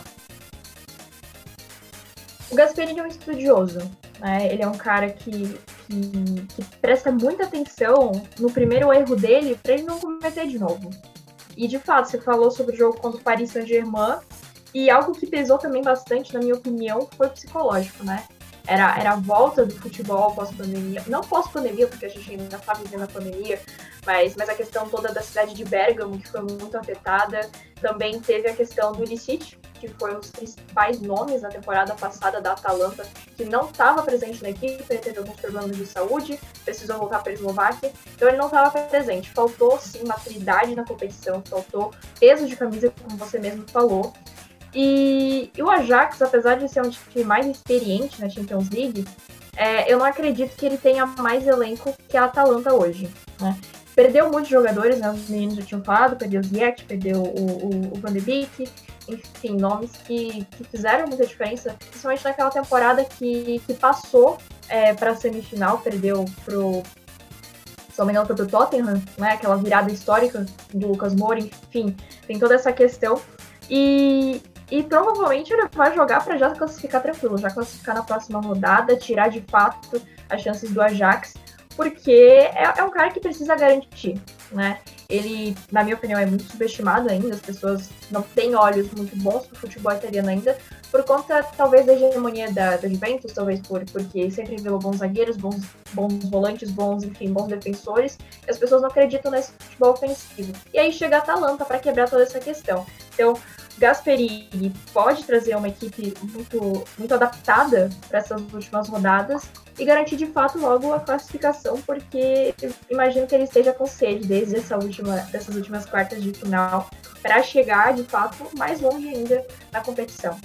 O Gasperini é um estudioso, né? Ele é um cara que, que, que presta muita atenção no primeiro erro dele para ele não cometer de novo. E, de fato, você falou sobre o jogo contra o Paris Saint-Germain, e algo que pesou também bastante, na minha opinião, foi o psicológico, né? Era, era a volta do futebol pós-pandemia. Não pós-pandemia, porque a gente ainda está vivendo a pandemia, mas, mas a questão toda da cidade de Bérgamo, que foi muito afetada. Também teve a questão do Ilicic, que foi um dos principais nomes na temporada passada da Atalanta, que não estava presente na equipe, ele teve alguns problemas de saúde, precisou voltar para a Eslováquia, então ele não estava presente. Faltou, sim, maturidade na competição, faltou peso de camisa, como você mesmo falou. E, e o Ajax, apesar de ser um time mais experiente na Champions League, é, eu não acredito que ele tenha mais elenco que a Atalanta hoje, né? Perdeu muitos jogadores, né? Os meninos já tinham falado, perdeu o Ziyech, perdeu o, o, o Van de Beek, enfim, nomes que, que fizeram muita diferença, principalmente naquela temporada que, que passou é, para a semifinal, perdeu pro, se não me engano, foi pro Tottenham, né? Aquela virada histórica do Lucas Moura, enfim, tem toda essa questão. E, e provavelmente ele vai jogar para já classificar tranquilo, já classificar na próxima rodada, tirar de fato as chances do Ajax, porque é, é um cara que precisa garantir, né? Ele, na minha opinião, é muito subestimado ainda, as pessoas não têm olhos muito bons pro futebol italiano ainda, por conta, talvez, da hegemonia da, da Juventus, talvez por, porque sempre revelou bons zagueiros, bons, bons volantes, bons, enfim, bons defensores, e as pessoas não acreditam nesse futebol ofensivo. E aí chega a Atalanta para quebrar toda essa questão. Então, Gasperini pode trazer uma equipe muito, muito adaptada para essas últimas rodadas e garantir de fato logo a classificação, porque imagino que ele esteja com sede desde essa última, dessas últimas quartas de final para chegar de fato mais longe ainda na competição.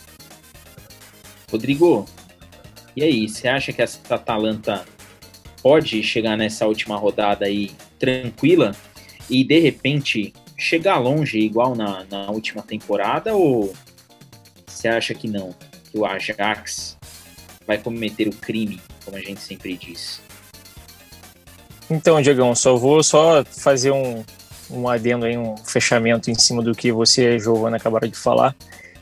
Rodrigo, e aí, você acha que essa Atalanta pode chegar nessa última rodada aí tranquila e de repente chegar longe igual na, na última temporada, ou você acha que não? Que o Ajax vai cometer o crime, como a gente sempre diz? Então, Diegão, só vou só fazer um, um adendo aí, um fechamento em cima do que você e a Giovana acabaram de falar.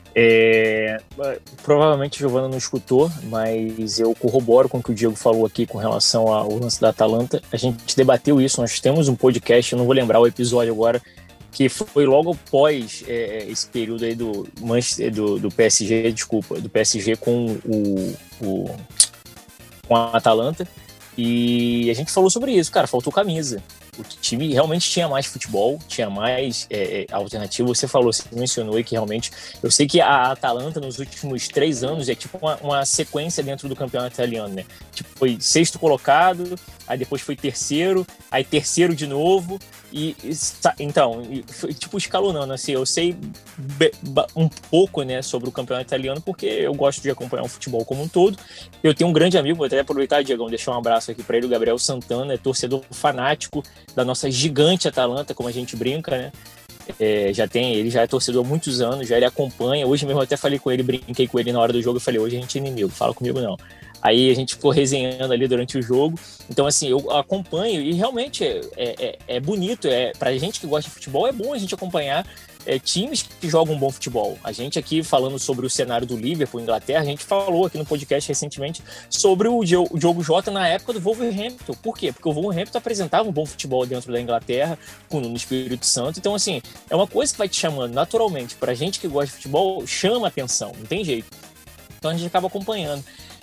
É, provavelmente a Giovana não escutou, mas eu corroboro com o que o Diego falou aqui com relação ao lance da Atalanta. A gente debateu isso, nós temos um podcast, eu não vou lembrar o episódio agora, que foi logo após é, esse período aí do, do, do P S G, desculpa, do P S G com o, o com a Atalanta, e a gente falou sobre isso, cara, faltou camisa. O time realmente tinha mais futebol, tinha mais é, alternativa. Você falou, você mencionou aí que realmente... Eu sei que a Atalanta nos últimos três anos é tipo uma, uma sequência dentro do campeonato italiano, né? Tipo, foi sexto colocado, aí depois foi terceiro, aí terceiro de novo, e, e então, foi tipo escalonando, assim, eu sei um pouco, né, sobre o campeonato italiano, porque eu gosto de acompanhar o futebol como um todo. Eu tenho um grande amigo, vou até aproveitar, Diegão, deixar um abraço aqui para ele, o Gabriel Santana, é torcedor fanático da nossa gigante Atalanta, como a gente brinca, né? É, já tem, ele já é torcedor há muitos anos, já ele acompanha. Hoje mesmo eu até falei com ele, brinquei com ele na hora do jogo, eu falei, hoje a gente é inimigo, fala comigo não. Aí a gente ficou resenhando ali durante o jogo. Então, assim, eu acompanho e realmente é, é, é bonito. É, pra gente que gosta de futebol, é bom a gente acompanhar é, times que jogam bom futebol. A gente aqui, falando sobre o cenário do Liverpool, Inglaterra, a gente falou aqui no podcast recentemente sobre o Diogo Jota na época do Wolverhampton. Por quê? Porque o Wolverhampton apresentava um bom futebol dentro da Inglaterra, com o Espírito Santo. Então, assim, é uma coisa que vai te chamando naturalmente. Pra gente que gosta de futebol, chama atenção, não tem jeito. Então a gente acaba acompanhando.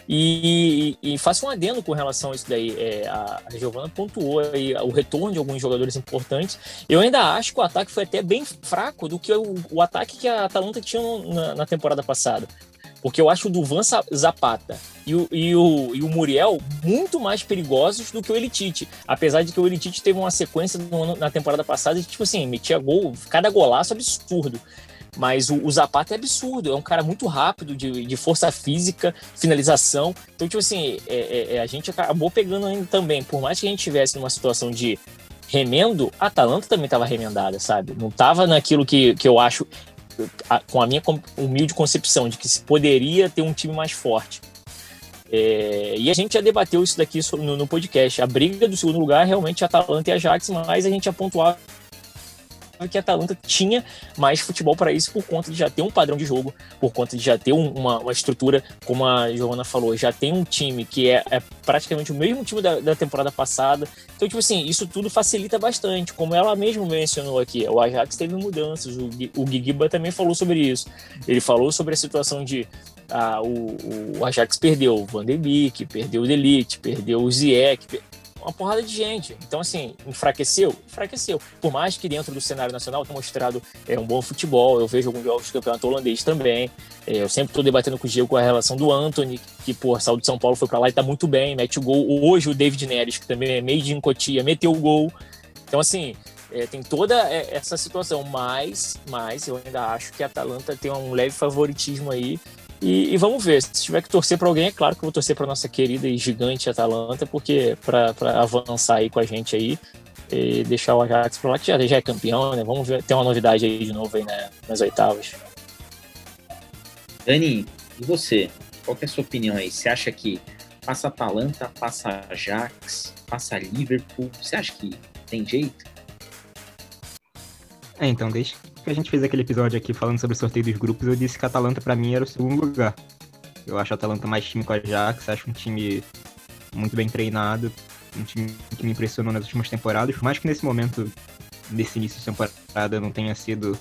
E, e, e faço um adendo com relação a isso daí. É, a, a Giovana pontuou aí o retorno de alguns jogadores importantes. Eu ainda acho que o ataque foi até bem fraco do que o, o ataque que a Atalanta tinha na, na temporada passada. Porque eu acho o Duvan Zapata e o, e, o, e o Muriel muito mais perigosos do que o Elitite. Apesar de que o Elitite teve uma sequência no, na temporada passada de, tipo assim, metia gol, cada golaço absurdo. Mas o, o Zapata é absurdo, é um cara muito rápido, de, de força física, finalização. Então, tipo assim, é, é, a gente acabou pegando ainda também. Por mais que a gente estivesse numa situação de remendo, a Atalanta também estava remendada, sabe? Não estava naquilo que, que eu acho, a, com a minha humilde concepção, de que se poderia ter um time mais forte. É, e a gente já debateu isso daqui no, no podcast. A briga do segundo lugar realmente é a Atalanta e a Ajax, mas a gente já pontuava que a Atalanta tinha mais futebol para isso por conta de já ter um padrão de jogo, por conta de já ter um, uma, uma estrutura, como a Giovana falou, já tem um time que é, é praticamente o mesmo time da, da temporada passada. Então, tipo assim, isso tudo facilita bastante, como ela mesma mencionou aqui. O Ajax teve mudanças, o, o Guigba também falou sobre isso. Ele falou sobre a situação de ah, o, o Ajax perdeu o Van de Beek, perdeu o De Ligt, perdeu o Ziyech, per... uma porrada de gente. Então, assim, enfraqueceu? Enfraqueceu. Por mais que dentro do cenário nacional tenha mostrado é, um bom futebol, eu vejo alguns jogos do campeonato holandês também. É, eu sempre estou debatendo com o Diego com a relação do Antony, que, pô, saiu de São Paulo, foi para lá e tá muito bem, mete o gol. Hoje o David Neres, que também é meio de Cotia, meteu o gol. Então, assim, é, tem toda essa situação. Mas, mas eu ainda acho que a Atalanta tem um leve favoritismo aí. E, e vamos ver, se tiver que torcer para alguém, é claro que eu vou torcer para nossa querida e gigante Atalanta, porque para avançar aí com a gente aí e deixar o Ajax para lá, que já, já é campeão, né? Vamos ver, tem uma novidade aí de novo aí, né, nas oitavas. Dani, e você? Qual que é a sua opinião aí? Você acha que passa Atalanta, passa Ajax, passa Liverpool? Você acha que tem jeito? É, então, desde que a gente fez aquele episódio aqui falando sobre o sorteio dos grupos, eu disse que a Atalanta pra mim era o segundo lugar. Eu acho a Atalanta mais time com a Ajax, acho um time muito bem treinado, um time que me impressionou nas últimas temporadas, por mais que nesse momento, nesse início de temporada, não tenha sido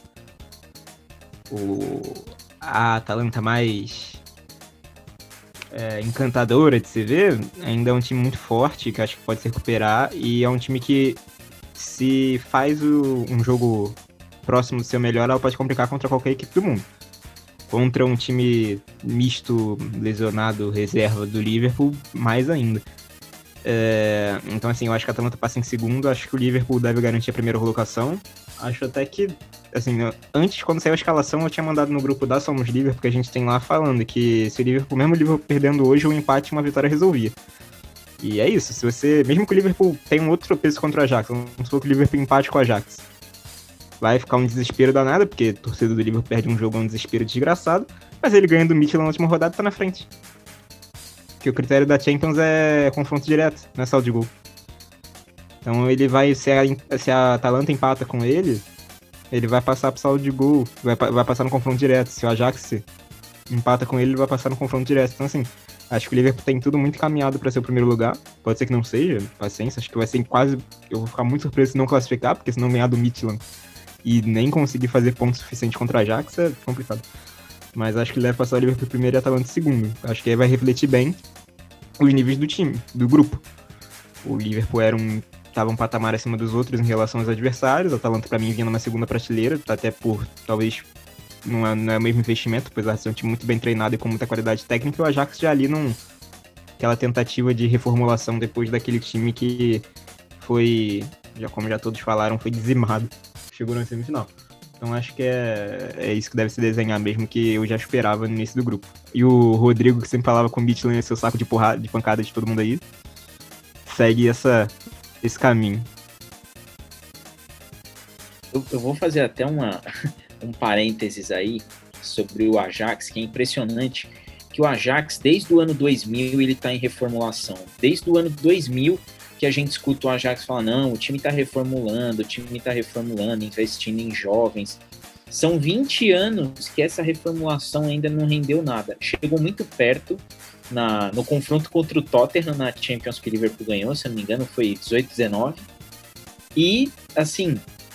o... a Atalanta mais é, encantadora de se ver, ainda é um time muito forte, que acho que pode se recuperar, e é um time que se faz o, um jogo próximo do seu melhor, ela pode complicar contra qualquer equipe do mundo. Contra um time misto, lesionado, reserva do Liverpool, mais ainda. É, então, assim, eu acho que a Atalanta passa em segundo, acho que o Liverpool deve garantir a primeira colocação. Acho até que, assim, antes, quando saiu a escalação, eu tinha mandado no grupo da Somos Liverpool, porque a gente tem lá falando que se o Liverpool, mesmo o Liverpool perdendo hoje, um empate e uma vitória resolvia. E é isso, se você, mesmo que o Liverpool tenha um outro tropeço contra o Ajax, vamos supor que o Liverpool empate com o Ajax, vai ficar um desespero danado, porque a torcida do Liverpool perde um jogo, é um desespero desgraçado, mas ele ganha do Midtjylland na última rodada e tá na frente. Porque o critério da Champions é confronto direto, não é saldo de gol. Então ele vai, se a, se a Atalanta empata com ele, ele vai passar pro saldo de gol, vai, vai passar no confronto direto. Se o Ajax empata com ele, ele vai passar no confronto direto. Então assim, acho que o Liverpool tem tudo muito encaminhado para ser o primeiro lugar. Pode ser que não seja, paciência, acho que vai ser quase... Eu vou ficar muito surpreso se não classificar, porque se não ganhar do Midtjylland e nem conseguir fazer ponto suficiente contra a Ajax, é complicado. Mas acho que ele deve passar o Liverpool primeiro e a Atalanta segundo. Acho que aí vai refletir bem os níveis do time, do grupo. O Liverpool era um, tava um patamar acima dos outros em relação aos adversários. A Atalanta, pra mim, vinha numa segunda prateleira, até por, talvez, não é, não é o mesmo investimento, apesar de ser um time muito bem treinado e com muita qualidade técnica. O Ajax já ali num... aquela tentativa de reformulação depois daquele time que foi, já como já todos falaram, foi dizimado. Chegou na semifinal. Então acho que é, é isso que deve se desenhar mesmo, que eu já esperava no início do grupo. E o Rodrigo, que sempre falava com o Midtjylland, seu saco de porrada, de pancada de todo mundo aí, segue essa, esse caminho. Eu, eu vou fazer até uma, um parênteses aí sobre o Ajax, que é impressionante, que o Ajax, desde o ano dois mil, ele está em reformulação. Desde o ano dois mil, que a gente escuta o Ajax falar, não, o time está reformulando, o time está reformulando, investindo em jovens. São vinte anos que essa reformulação ainda não rendeu nada. Chegou muito perto na, no confronto contra o Tottenham na Champions que o Liverpool ganhou, se eu não me engano, foi dezoito a dezenove. E, assim,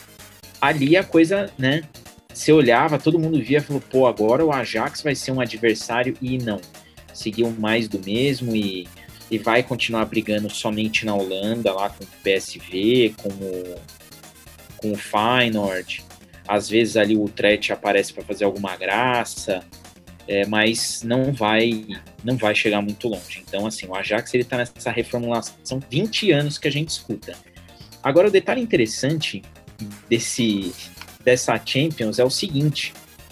ali a coisa, né, você olhava, todo mundo via e falou, pô, agora o Ajax vai ser um adversário, e não. Seguiu mais do mesmo e... e vai continuar brigando somente na Holanda, lá com o P S V, com o, com o Feyenoord. Às vezes ali o Utrecht aparece para fazer alguma graça, é, mas não vai, não vai chegar muito longe. Então, assim, o Ajax está nessa reformulação, vinte anos que a gente escuta. Agora, o detalhe interessante desse, dessa Champions é o seguinte,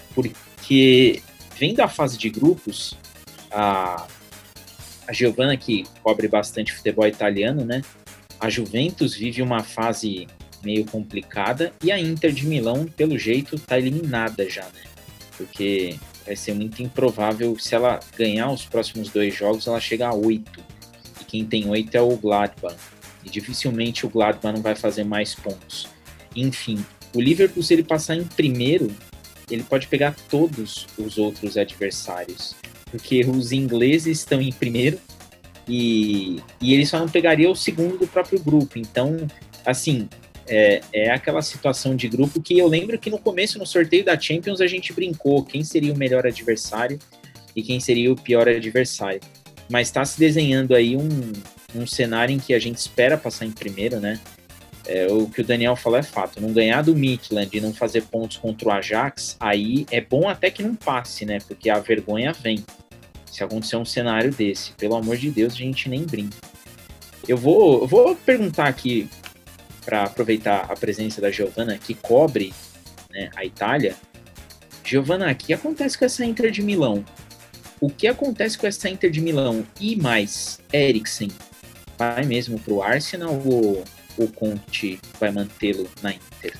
porque vem da fase de grupos, a... a Giovana, que cobre bastante futebol italiano, né? A Juventus vive uma fase meio complicada e a Inter de Milão, pelo jeito, tá eliminada já, né? Porque vai ser muito improvável, se ela ganhar os próximos dois jogos, ela chega a oito. E quem tem oito é o Gladbach. E dificilmente o Gladbach não vai fazer mais pontos. Enfim, o Liverpool, se ele passar em primeiro, ele pode pegar todos os outros adversários. Porque os ingleses estão em primeiro e, e ele só não pegaria o segundo do próprio grupo. Então, assim, é, é aquela situação de grupo que eu lembro que no começo, no sorteio da Champions, a gente brincou quem seria o melhor adversário e quem seria o pior adversário. Mas está se desenhando aí um, um cenário em que a gente espera passar em primeiro, né? É, o que o Daniel falou é fato. Não ganhar do Midtjylland e não fazer pontos contra o Ajax, aí é bom até que não passe, né? Porque a vergonha vem. Se acontecer um cenário desse, pelo amor de Deus, a gente nem brinca. Eu vou, eu vou perguntar aqui, para aproveitar a presença da Giovana, que cobre, né, a Itália. Giovana, o que acontece com essa Inter de Milão? O que acontece com essa Inter de Milão? E mais, Eriksen, vai mesmo para o Arsenal ou o Conte vai mantê-lo na Inter?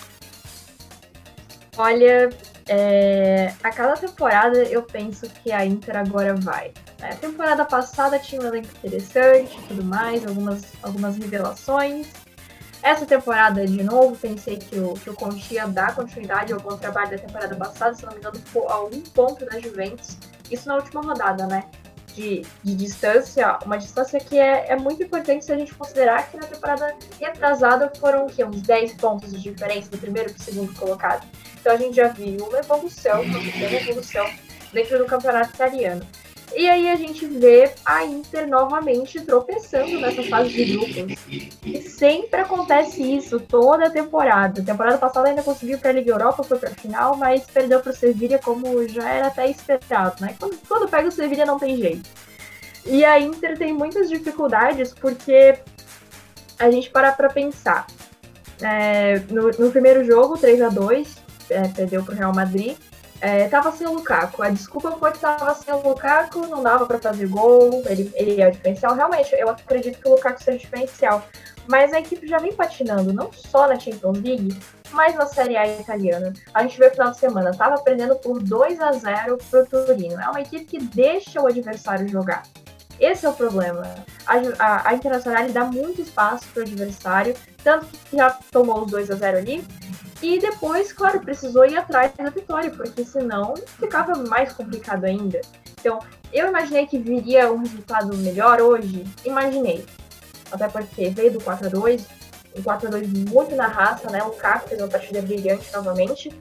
Olha... É, a cada temporada eu penso que a Inter agora vai. A temporada passada tinha um elenco interessante e tudo mais, algumas, algumas revelações. Essa temporada, de novo, pensei que o, que o Conte ia dar continuidade ao bom trabalho da temporada passada, se não me engano, ficou a um ponto da Juventus. Isso na última rodada, né? De, de distância, uma distância que é, é muito importante se a gente considerar que na temporada retrasada foram o quê? Uns dez pontos de diferença do primeiro para o segundo colocado. Então a gente já viu uma evolução, uma pequena evolução dentro do campeonato italiano. E aí a gente vê a Inter novamente tropeçando nessa fase de grupos. E sempre acontece isso, toda a temporada. A temporada passada ainda conseguiu para a Liga Europa, foi para a final, mas perdeu para o Sevilla como já era até esperado, né? Quando, quando pega o Sevilla não tem jeito. E a Inter tem muitas dificuldades porque a gente para para pensar. É, no, no primeiro jogo, três a dois, é, perdeu para o Real Madrid. É, tava sem o Lukaku. A desculpa foi que tava sem o Lukaku, não dava para fazer gol, ele, ele é o diferencial. Realmente, eu acredito que o Lukaku seja diferencial. Mas a equipe já vem patinando, não só na Champions League, mas na Série A italiana. A gente vê no final de semana, tava perdendo por dois a zero pro Torino. É uma equipe que deixa o adversário jogar. Esse é o problema. A, a, a Internacional dá muito espaço pro adversário, tanto que já tomou os dois a zero ali. E depois, claro, precisou ir atrás da vitória, porque senão ficava mais complicado ainda. Então, eu imaginei que viria um resultado melhor hoje. Imaginei. Até porque veio do quatro a dois. Um quatro a dois muito na raça, né? O Lukaku fez uma partida brilhante novamente.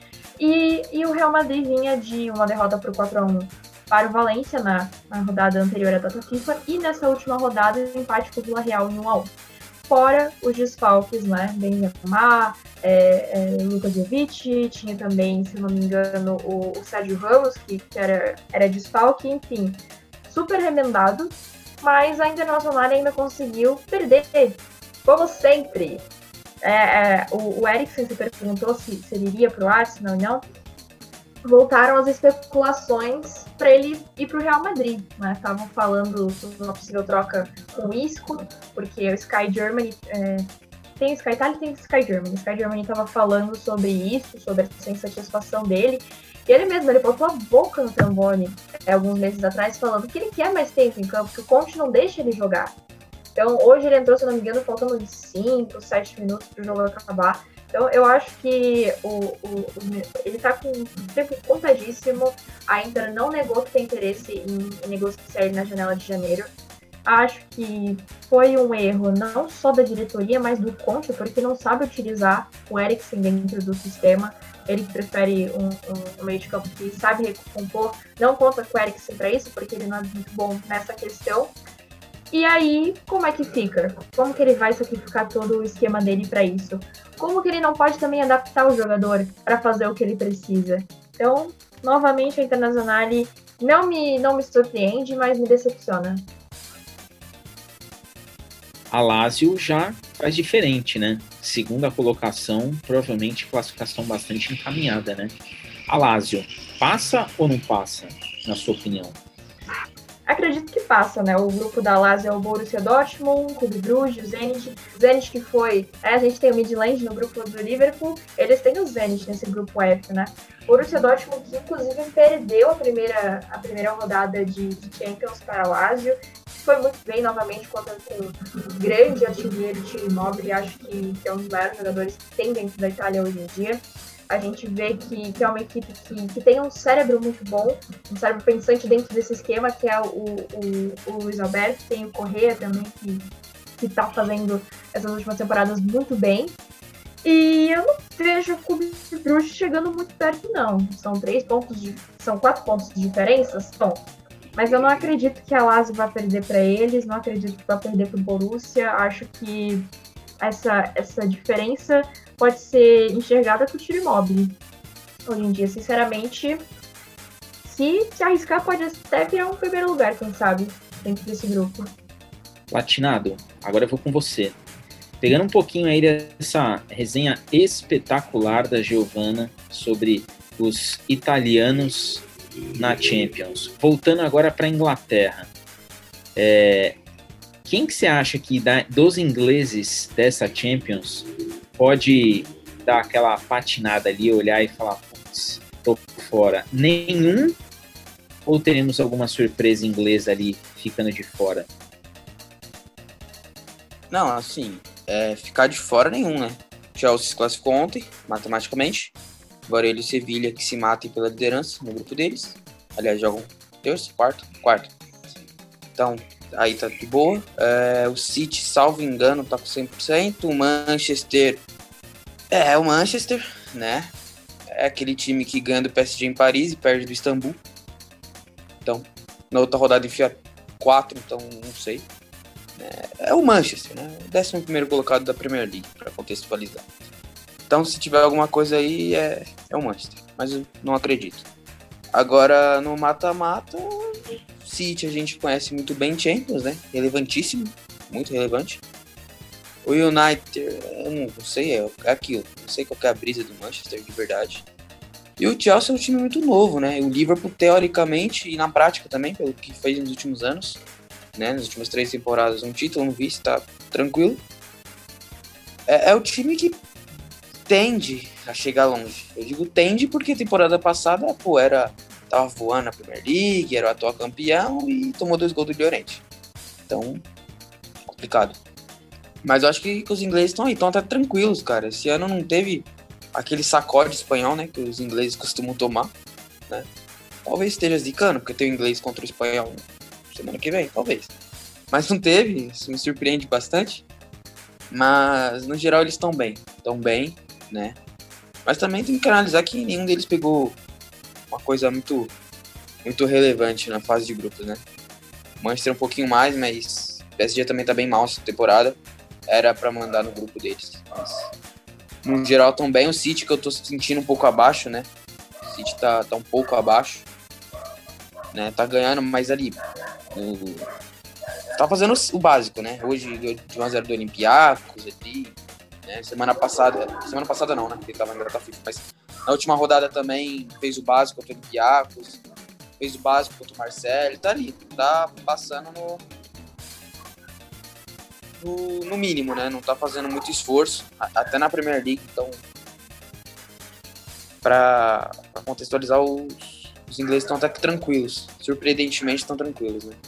E, e o Real Madrid vinha de uma derrota por quatro a um para o Valência na, na rodada anterior à data FIFA. E nessa última rodada, o empate com o Villarreal em um a um. Fora os desfalques, né? Benzema, é, é, Luka Jovic, tinha também, se não me engano, o, o Sérgio Ramos, que, que era, era desfalque, enfim, super remendado, mas a Internacional ainda conseguiu perder, como sempre. É, é, o, o Eriksen se perguntou se, se ele iria para o Arsenal ou não. Voltaram as especulações para ele ir para o Real Madrid. Estavam né? falando sobre uma possível troca com o Isco, porque o Sky Germany é, tem o Sky Italia e tem o Sky Germany. O Sky Germany estava falando sobre isso, sobre essa insatisfação dele. E ele mesmo, ele botou a boca no trombone é, alguns meses atrás, falando que ele quer mais tempo em campo, que o Conte não deixa ele jogar. Então, hoje ele entrou, se não me engano, faltando uns cinco, sete minutos para o jogo acabar. Então, eu acho que o, o, o, ele está com um tempo contadíssimo. A Inter não negou que tem interesse em, em negociar ele na janela de janeiro. Acho que foi um erro não só da diretoria, mas do Conte, porque não sabe utilizar o Eriksen dentro do sistema. Ele prefere um, um, um meio de campo que sabe recompor. Não conta com o Eriksen para isso, porque ele não é muito bom nessa questão. E aí, como é que fica? Como que ele vai sacrificar todo o esquema dele para isso? Como que ele não pode também adaptar o jogador para fazer o que ele precisa? Então, novamente, a Internacional não me, não me surpreende, mas me decepciona. A Lazio já faz diferente, né? Segunda colocação, provavelmente classificação bastante encaminhada, né? A Lazio, passa ou não passa, na sua opinião? Acredito que passa, né? O grupo da Lazio é o Borussia Dortmund, o Clube Bruges, o Zenit. Zenit que foi... É, a gente tem o Midland no grupo do Liverpool, eles têm o Zenit nesse grupo F, né? O Borussia Dortmund que inclusive perdeu a primeira, a primeira rodada de, de Champions para a Lazio. Foi muito bem novamente contra o grande artilheiro Thierry Immobile, acho que, que é um dos maiores jogadores que tem dentro da Itália hoje em dia. A gente vê que, que é uma equipe que, que tem um cérebro muito bom, um cérebro pensante dentro desse esquema, que é o, o, o Luiz Alberto, tem o Correa também, que que está fazendo essas últimas temporadas muito bem. E eu não vejo o Clube Bruges chegando muito perto, não. São três pontos, de, são quatro pontos de diferença, bom. Mas eu não acredito que a Lazio vai perder para eles, não acredito que vai perder para o Borussia. Acho que essa, essa diferença pode ser enxergada com o Thierry Immobile. Hoje em dia, sinceramente, se se arriscar, pode até virar um primeiro lugar, quem sabe, dentro desse grupo. Latinado, agora eu vou com você. Pegando um pouquinho aí dessa resenha espetacular da Giovana sobre os italianos na Champions. Voltando agora para a Inglaterra. É, quem que você acha que da, dos ingleses dessa Champions pode dar aquela patinada ali, olhar e falar, putz, tô fora? Nenhum? Ou teremos alguma surpresa inglesa ali ficando de fora? Não, assim, é, ficar de fora nenhum, né? Chelsea se classificou ontem, matematicamente. Agora ele e Sevilha que se matem pela liderança no grupo deles. Aliás, jogam terço, quarto, quarto. Então, aí tá de boa. É, o City, salvo engano, tá com cem por cento. O Manchester... É, o Manchester, né? É aquele time que ganha do P S G em Paris e perde do Istambul. Então, na outra rodada enfia quatro, então não sei. É, é o Manchester, né? O décimo primeiro colocado da Premier League, para contextualizar. Então, se tiver alguma coisa aí, é, é o Manchester. Mas eu não acredito. Agora, no mata-mata, City a gente conhece muito bem, Champions, né? Relevantíssimo, muito relevante. O United, eu não sei, é aquilo. Não sei qual que é a brisa do Manchester, de verdade. E o Chelsea é um time muito novo, né? O Liverpool, teoricamente, e na prática também, pelo que fez nos últimos anos, né? Nas últimas três temporadas, um título, um vice, tá tranquilo. É, é o time que tende a chegar longe. Eu digo tende porque temporada passada, pô, era... Tava voando na Premier League, era o atual campeão e tomou dois gols do Llorente. Então, complicado. Mas eu acho que, que os ingleses estão aí, estão até tranquilos, cara. Esse ano não teve aquele sacode espanhol, né, que os ingleses costumam tomar, né? Talvez esteja zicando, porque tem o inglês contra o espanhol semana que vem, talvez. Mas não teve, isso me surpreende bastante. Mas, no geral, eles estão bem. Estão bem, né? Mas também tem que analisar que nenhum deles pegou uma coisa muito, muito relevante na fase de grupos, né? O Manchester um pouquinho mais, mas o P S G também tá bem mal essa temporada. Era pra mandar no grupo deles. Mas, no geral, estão bem. O City, que eu tô sentindo um pouco abaixo, né? O City tá, tá um pouco abaixo. Né? Tá ganhando, mas ali... O... Tá fazendo o básico, né? Hoje, de um a zero do Olympiacos, ali... Né? Semana passada... Semana passada não, né? Porque tava ainda tá FIFA, mas... Na última rodada também fez o básico contra o Olympiacos. Fez o básico contra o Marseille. Tá ali. Tá passando no... No, no mínimo, né? Não tá fazendo muito esforço, até na Premier League, então pra, pra contextualizar, os, os ingleses estão até que tranquilos, surpreendentemente estão tranquilos, né?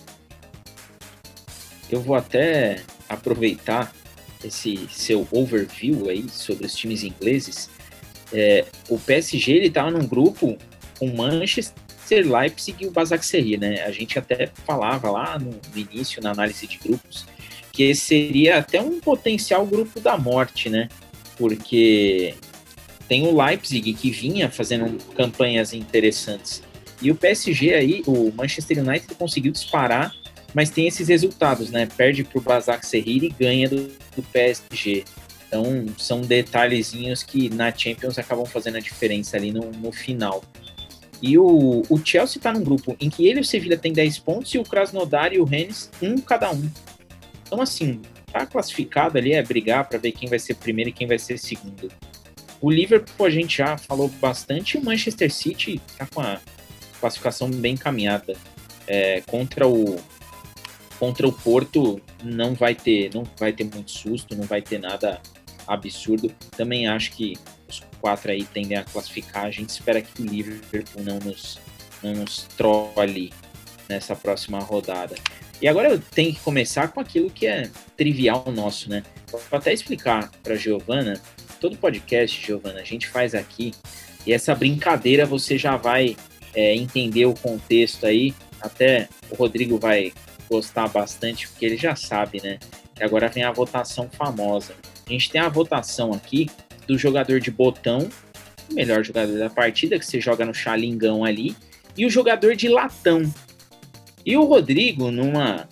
Eu vou até aproveitar esse seu overview aí sobre os times ingleses. É, o P S G, ele tava num grupo com Manchester, Leipzig e o Başakşehir, né? A gente até falava lá no, no início, na análise de grupos, que esse seria até um potencial grupo da morte, né? Porque tem o Leipzig, que vinha fazendo campanhas interessantes. E o P S G aí, o Manchester United, conseguiu disparar, mas tem esses resultados, né? Perde para o Başakşehir e ganha do, do P S G. Então, são detalhezinhos que na Champions acabam fazendo a diferença ali no, no final. E o, o Chelsea está num grupo em que ele e o Sevilla tem dez pontos e o Krasnodar e o Rennes, um cada um. Então, assim, tá classificado ali, é brigar para ver quem vai ser primeiro e quem vai ser segundo. O Liverpool, a gente já falou bastante, e o Manchester City tá com a classificação bem encaminhada. É, contra o contra o Porto não vai ter, não vai ter muito susto, não vai ter nada absurdo. Também acho que os quatro aí tendem a classificar. A gente espera que o Liverpool não nos, não nos trole nessa próxima rodada. E agora eu tenho que começar com aquilo que é trivial nosso, né? Vou até explicar para a Giovana, todo podcast, Giovana, a gente faz aqui, e essa brincadeira você já vai é, entender o contexto aí, até o Rodrigo vai gostar bastante, porque ele já sabe, né? Que agora vem a votação famosa. A gente tem a votação aqui do jogador de botão, o melhor jogador da partida, que você joga no xalingão ali, e o jogador de latão. E o Rodrigo, numa,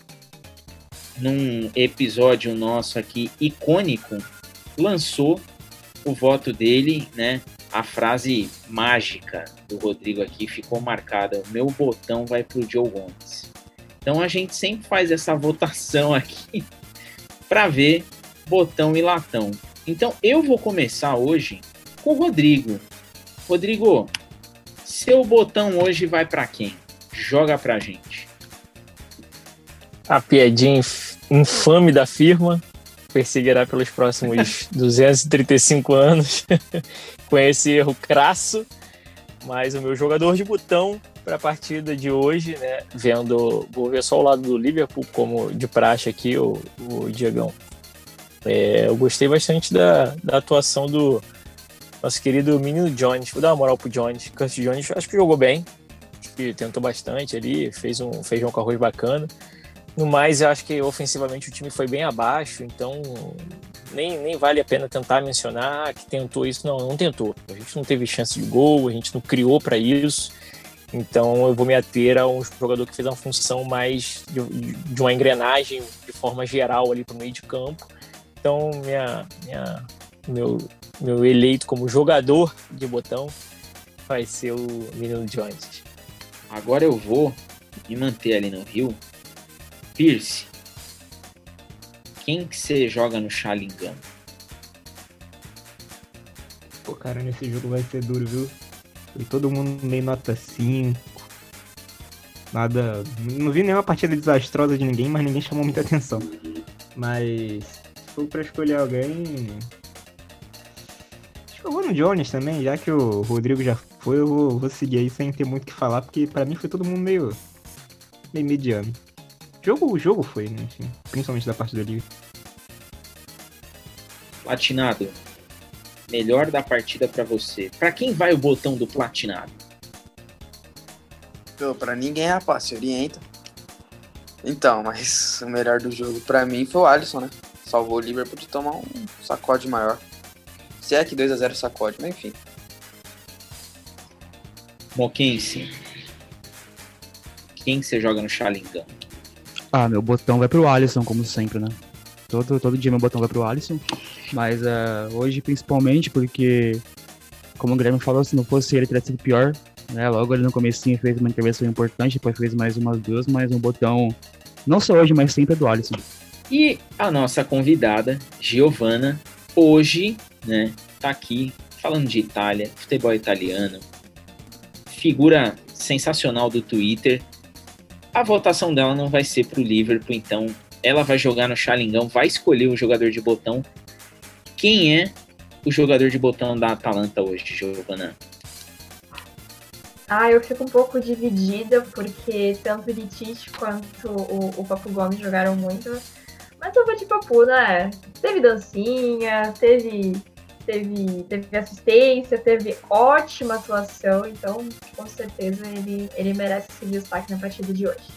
num episódio nosso aqui icônico, lançou o voto dele, né? A frase mágica do Rodrigo aqui ficou marcada: o meu botão vai pro Joe Gomes. Então a gente sempre faz essa votação aqui para ver botão e latão. Então eu vou começar hoje com o Rodrigo. Rodrigo, seu botão hoje vai para quem? Joga pra gente. A piadinha infame da firma perseguirá pelos próximos duzentos e trinta e cinco anos com esse erro crasso, mas o meu jogador de botão para a partida de hoje, né, vendo, vou ver só o lado do Liverpool como de praxe aqui, o, o Diegão. É, eu gostei bastante da, da atuação do nosso querido menino Jones. Vou dar uma moral pro Jones. Curtis Jones, acho que jogou bem, acho que tentou bastante ali, fez um feijão com arroz bacana. No mais, eu acho que ofensivamente o time foi bem abaixo, então nem, nem vale a pena tentar mencionar que tentou isso. Não, não tentou. A gente não teve chance de gol, a gente não criou para isso. Então eu vou me ater a um jogador que fez uma função mais de, de uma engrenagem de forma geral ali para o meio de campo. Então minha, minha, meu, meu eleito como jogador de botão vai ser o menino Jones. Agora eu vou me manter ali no Rio. Pierce, quem que você joga no Sharingan? Pô, cara, nesse jogo vai ser duro, viu? E todo mundo meio nota cinco. Nada. Não vi nenhuma partida desastrosa de ninguém, mas ninguém chamou muita atenção. Mas se for pra escolher alguém. Acho que eu vou no Jones também, já que o Rodrigo já foi, eu vou, vou seguir aí sem ter muito o que falar, porque pra mim foi todo mundo meio. meio mediano. O jogo, o jogo foi, né? Enfim, principalmente da parte da liga. Platinado, melhor da partida pra você. Pra quem vai o botão do platinado? Pô, pra ninguém, rapaz, se orienta. Então, mas o melhor do jogo pra mim foi o Alisson, né? Salvou o Liverpool de tomar um sacode maior. Se é que dois a zero sacode, mas enfim. Moquense, quem que você joga no Sharingan? Ah, meu botão vai pro Alisson, como sempre, né? Todo, todo dia meu botão vai pro Alisson. Mas uh, hoje, principalmente, porque, como o Guilherme falou, se não fosse ele, teria sido pior. Né? Logo ali no comecinho fez uma intervenção importante, depois fez mais umas duas, mas um botão, não só hoje, mas sempre é do Alisson. E a nossa convidada, Giovana, hoje, né, tá aqui falando de Itália, futebol italiano, figura sensacional do Twitter. A votação dela não vai ser pro Liverpool, então ela vai jogar no Sharingan, vai escolher o jogador de botão. Quem é o jogador de botão da Atalanta hoje, Giovana? Ah, eu fico um pouco dividida, porque tanto o Tite quanto o, o Papu Gomes jogaram muito. Mas eu vou de Papu, né? Teve dancinha, teve, teve, teve assistência, teve ótima atuação, então com certeza ele, ele merece esse destaque na partida de hoje.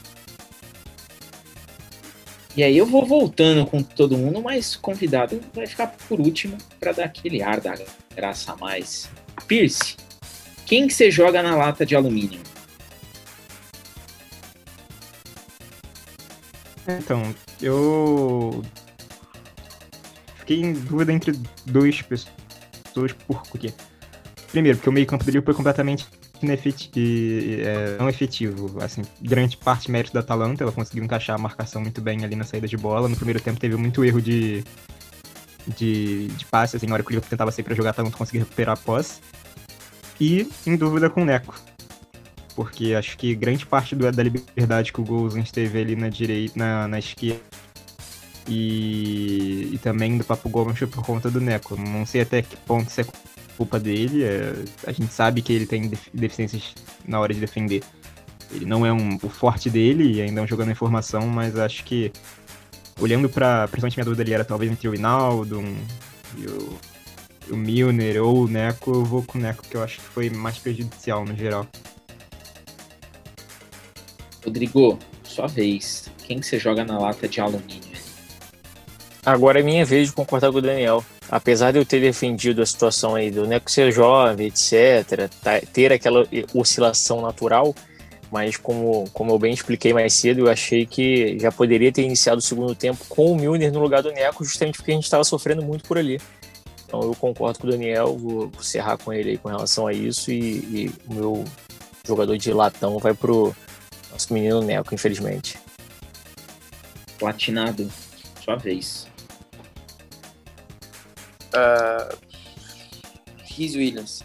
E aí eu vou voltando com todo mundo, mas o convidado vai ficar por último para dar aquele ar da graça a mais. Pierce, quem que você joga na lata de alumínio? Então, eu fiquei em dúvida entre duas pessoas, por quê? Primeiro, porque o meio campo dele foi completamente inefetivo, é, não efetivo, assim, grande parte mérito da Atalanta, ela conseguiu encaixar a marcação muito bem ali na saída de bola. No primeiro tempo teve muito erro de, de, de passe, assim, na hora que o Liverpool tentava sair pra jogar, a Atalanta conseguia recuperar a posse. E em dúvida com o Neco, porque acho que grande parte do, da liberdade que o Gozens teve ali na direita, na, na esquerda, e, e também do Papu Gomes por conta do Neco. Não sei até que ponto isso é culpa dele, é, a gente sabe que ele tem deficiências na hora de defender. Ele não é um, o forte dele, e ainda é um jogador em formação, mas acho que, olhando pra, principalmente minha dúvida ali era talvez entre o Hinaldo e o, o Milner ou o Neco, eu vou com o Neco, que eu acho que foi mais prejudicial no geral. Rodrigo, sua vez. Quem que você joga na lata de alumínio? Agora é minha vez de concordar com o Daniel. Apesar de eu ter defendido a situação aí do Neco ser jovem, etcétera, tá, ter aquela oscilação natural, mas como, como eu bem expliquei mais cedo, eu achei que já poderia ter iniciado o segundo tempo com o Milner no lugar do Neco, justamente porque a gente estava sofrendo muito por ali. Então eu concordo com o Daniel, vou, vou encerrar com ele aí com relação a isso, e, e o meu jogador de latão vai pro nosso menino Neco, infelizmente. Platinado, sua vez. Uh, Rhys Williams.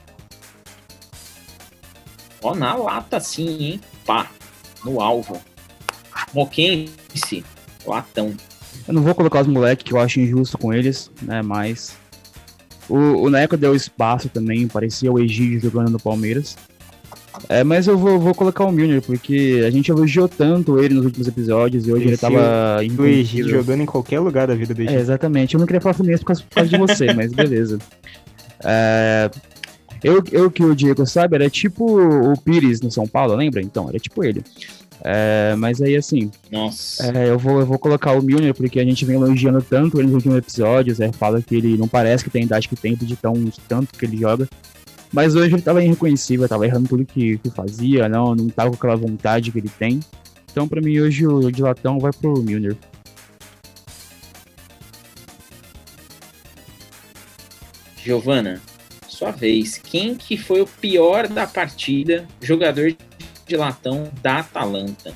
Ó, na lata sim, hein? Pá, no alvo. Moquense, latão. Eu não vou colocar os moleques, que eu acho injusto com eles, né? Mas o, o Neco deu espaço também, parecia o Egídio jogando no Palmeiras. É, mas eu vou, vou colocar o Milner, porque a gente elogiou tanto ele nos últimos episódios e hoje ele tava... O Egídio jogando em qualquer lugar da vida do Egídio. É, exatamente. Eu não queria falar Fluminense por causa, por causa de você, mas beleza. É, eu, eu que o Diego sabe, era tipo o Pires no São Paulo, lembra? Então, era tipo ele. É, mas aí, assim... Nossa. É, eu, vou, eu vou colocar o Milner, porque a gente vem elogiando tanto ele nos últimos episódios, é, fala que ele não parece que tem a idade que tem, de tão tanto que ele joga. Mas hoje ele tava irreconhecível, tava errando tudo que, que fazia, não, não tava com aquela vontade que ele tem. Então, pra mim, hoje o, o de latão vai pro Milner. Giovana, sua vez. Quem que foi o pior da partida, jogador de latão da Atalanta?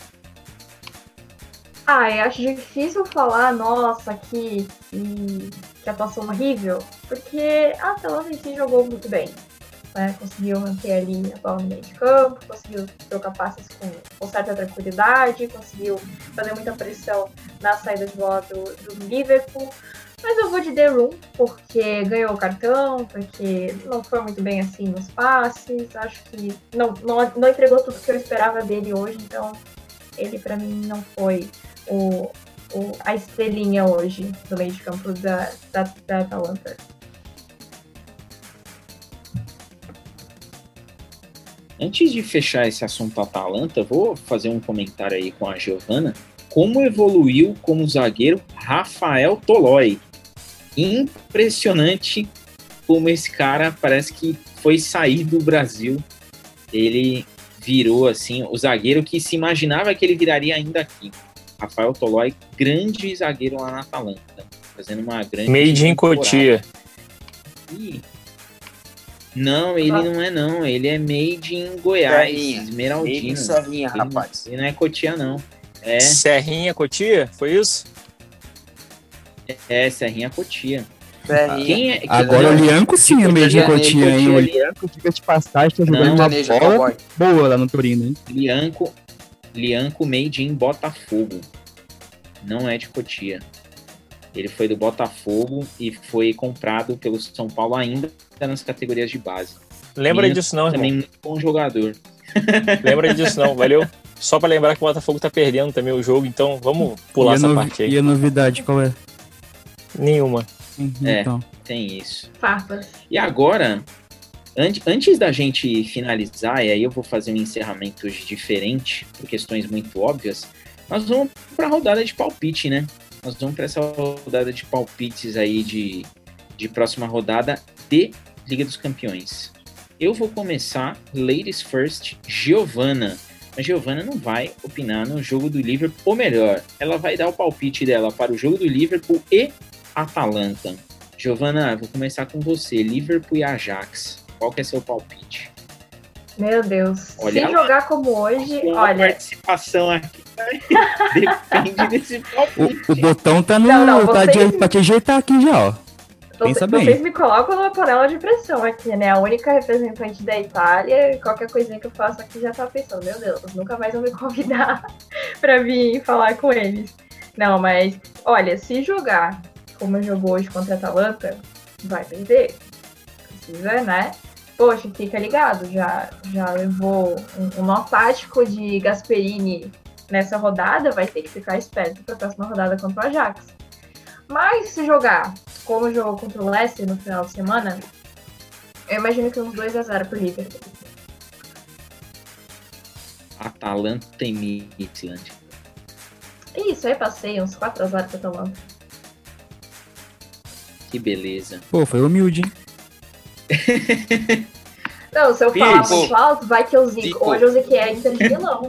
Ah, eu acho difícil falar, nossa, que, que, que atuação horrível, porque a Atalanta em si jogou muito bem. Né? Conseguiu manter ali a bola no meio de campo, conseguiu trocar passes com, com certa tranquilidade, conseguiu fazer muita pressão na saída de bola do, do Liverpool. Mas eu vou de The Room, porque ganhou o cartão, porque não foi muito bem assim nos passes. Acho que não, não, não entregou tudo que eu esperava dele hoje, então ele pra mim não foi o, o, a estrelinha hoje do meio de campo da, da, da Atalanta. Antes de fechar esse assunto Atalanta, vou fazer um comentário aí com a Giovana. Como evoluiu como zagueiro Rafael Tolói. Impressionante como esse cara parece que foi sair do Brasil. Ele virou assim, o zagueiro que se imaginava que ele viraria ainda aqui. Rafael Tolói, grande zagueiro lá na Atalanta, fazendo uma grande... Made in Cotia. E... Não, ele não é não, ele é made in Goiás, Serrinha. Esmeraldina. Made in Serrinha, ele, rapaz. Ele não é Cotia não. É, Serrinha, Cotia? Foi isso? é Serrinha Cotia. Serrinha. Quem é, Agora o Lianco sim é meio de Cotia, Cotia, hein? O Cotia, Lianco, diga de passagem, tá jogando Não, uma Janeja, bola cowboy. boa lá no Torino, hein? Lianco, Lianco made in Botafogo. Não é de Cotia. Ele foi do Botafogo e foi comprado pelo São Paulo ainda nas categorias de base. Lembra Lianco disso não, também irmão. muito bom jogador. Lembra disso não, valeu? Só pra lembrar que o Botafogo tá perdendo também o jogo, então vamos pular e a essa novi- parte aí. E a novidade, qual é? Nenhuma. Uhum, É. Então. Tem isso. Farpas. E agora, an- antes da gente finalizar, e aí eu vou fazer um encerramento diferente, por questões muito óbvias, nós vamos para a rodada de palpite, né? Nós vamos para essa rodada de palpites aí de, de próxima rodada de Liga dos Campeões. Eu vou começar, ladies first, Giovana. A Giovana não vai opinar no jogo do Liverpool, ou melhor, ela vai dar o palpite dela para o jogo do Liverpool e Atalanta. Giovana, vou começar com você. Liverpool e Ajax. Qual que é seu palpite? Meu Deus. Olha Se lá. jogar como hoje, Sua olha... participação aqui depende desse palpite. O, o botão tá no. Não, não, tá vocês- de, pra te ajeitar aqui já, ó. Pensa Vocês, bem. vocês me colocam numa panela de pressão aqui, né? A única representante da Itália, qualquer coisinha que eu faço aqui já tá pensando, meu Deus, nunca mais vão me convidar pra vir falar com eles. Não, mas, olha, se jogar como jogou hoje contra a Atalanta, vai perder. Precisa, né? Poxa, fica ligado, já, já levou um, um nó tático de Gasperini nessa rodada, vai ter que ficar esperto pra próxima rodada contra o Ajax. Mas se jogar como jogou contra o Leicester no final de semana, eu imagino que uns dois a zero pro Liverpool. Atalanta e Midland. Isso, aí passei uns quatro a zero pro Atalanta. Que beleza. Pô, foi humilde, hein? Não, se eu Fico. falar muito alto, vai que eu zico. Fico. Hoje eu ziquei a Inter de Milão.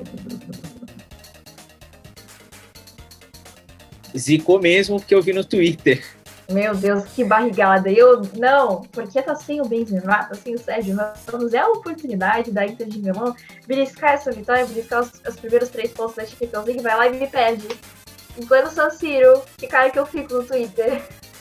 Zicou mesmo, porque eu vi no Twitter. Meu Deus, que barrigada. Eu, não, porque tá sem o Benzema, tá sem o Sérgio Ramos. É a oportunidade da Inter de Milão beliscar essa vitória, beliscar os, os primeiros três pontos da Champions League, vai lá e me perde. Em pleno San Siro, que cara que eu fico no Twitter.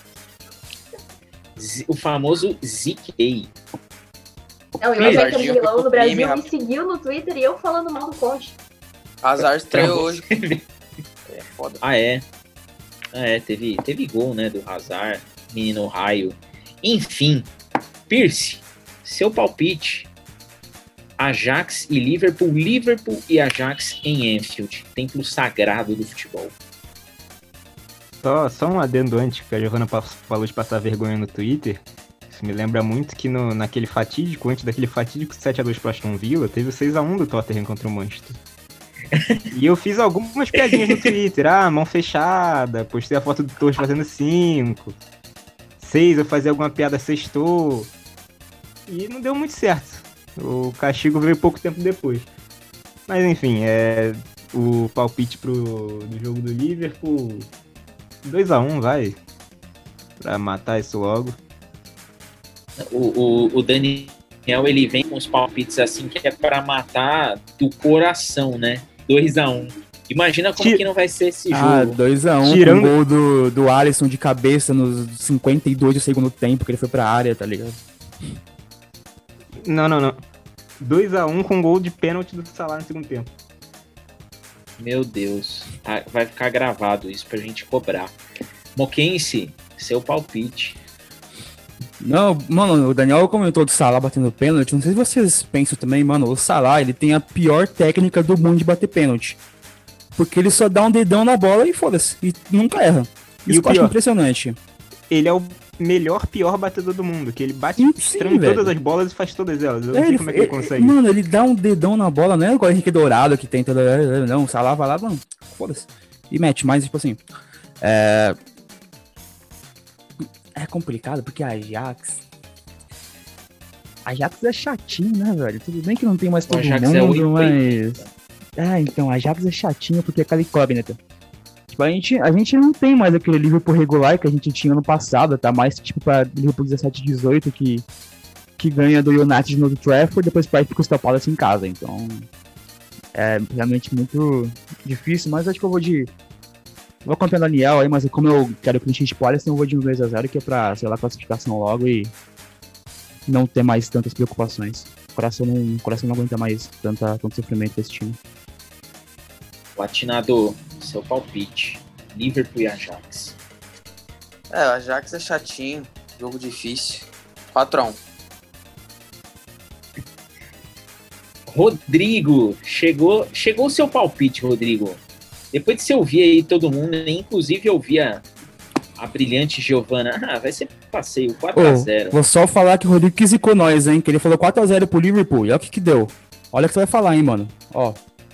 Z- O famoso Ziquei. Não, e Sim, hoje a Inter de Sardinha Milão foi no pro Brasil crime, me rapaz. seguiu no Twitter e eu falando mal do Conte. Azar estreou Pra hoje. É foda. Ah, é. Ah, é, teve, teve gol, né, do Hazard, menino raio. Enfim, Pierce, seu palpite. Ajax e Liverpool, Liverpool e Ajax em Anfield. Templo sagrado do futebol. Só, só um adendo antes, que a Giovana pa- falou de passar vergonha no Twitter. Isso me lembra muito que no, naquele fatídico, antes daquele fatídico sete a dois pro Aston Villa, teve o seis a um do Tottenham contra o Manchester. E eu fiz algumas piadinhas no Twitter. Ah, mão fechada, postei a foto do Torres fazendo cinco. Seis, eu fazia alguma piada sextou. e não deu muito certo. O castigo veio pouco tempo depois. Mas enfim, é o palpite pro, do jogo do Liverpool, dois a um, vai, pra matar isso logo. O, o, o Daniel, ele vem com os palpites assim que é pra matar do coração, né? dois a um. Imagina como Tira... que não vai ser esse jogo. Ah, dois a um, Tirando... com o gol do, do Alisson de cabeça nos cinquenta e dois do segundo tempo, que ele foi pra área, tá ligado? Não, não, não. dois a um com gol de pênalti do Salah no segundo tempo. Meu Deus. Vai ficar gravado isso pra gente cobrar. Moquense, seu palpite. Não, mano, o Daniel comentou do Salah batendo pênalti. Não sei se vocês pensam também, mano. O Salah, ele tem a pior técnica do mundo de bater pênalti. Porque ele só dá um dedão na bola e foda-se. E nunca erra. Isso que eu acho impressionante. Ele é o melhor, pior batedor do mundo. Que ele bate estranho em todas as bolas e faz todas elas. Eu não é, sei ele, como é que ele, ele consegue. Mano, ele dá um dedão na bola, não é igual o Henrique Dourado que tem toda. Não, o Salah vai lá, mano, foda-se. E mete, mas tipo assim. É. É complicado porque a Ajax. A Ajax é chatinho, né, velho? Tudo bem que não tem mais todo mundo, é mas. É, então, a Ajax é chatinho porque é aquela incógnita. Tipo, a gente, a gente não tem mais aquele Liverpool regular que a gente tinha no passado, tá? Mais tipo pra Liverpool dezessete e dezoito que, que ganha do United no Old Trafford e depois perde pro Crystal Palace em casa. Então, é realmente muito difícil, mas acho que eu vou de... Vou campeão Daniel aí, mas como eu quero que a gente pole, então eu vou de um dois a zero, que é pra, sei lá, classificação logo e não ter mais tantas preocupações. O coração não, o coração não aguenta mais tanta, tanto sofrimento desse time. Latinado, seu palpite. Liverpool e Ajax. É, o Ajax é chatinho, jogo difícil. quatro a um. Rodrigo, chegou chegou o seu palpite, Rodrigo. Depois de você ouvir aí todo mundo, inclusive ouvir a, a brilhante Giovana, ah, vai ser passeio, quatro a zero. Oh, vou só falar que o Rodrigo que zicou nós, hein, que ele falou quatro a zero pro Liverpool, e olha o que que deu. Olha o que você vai falar, hein, mano, ó.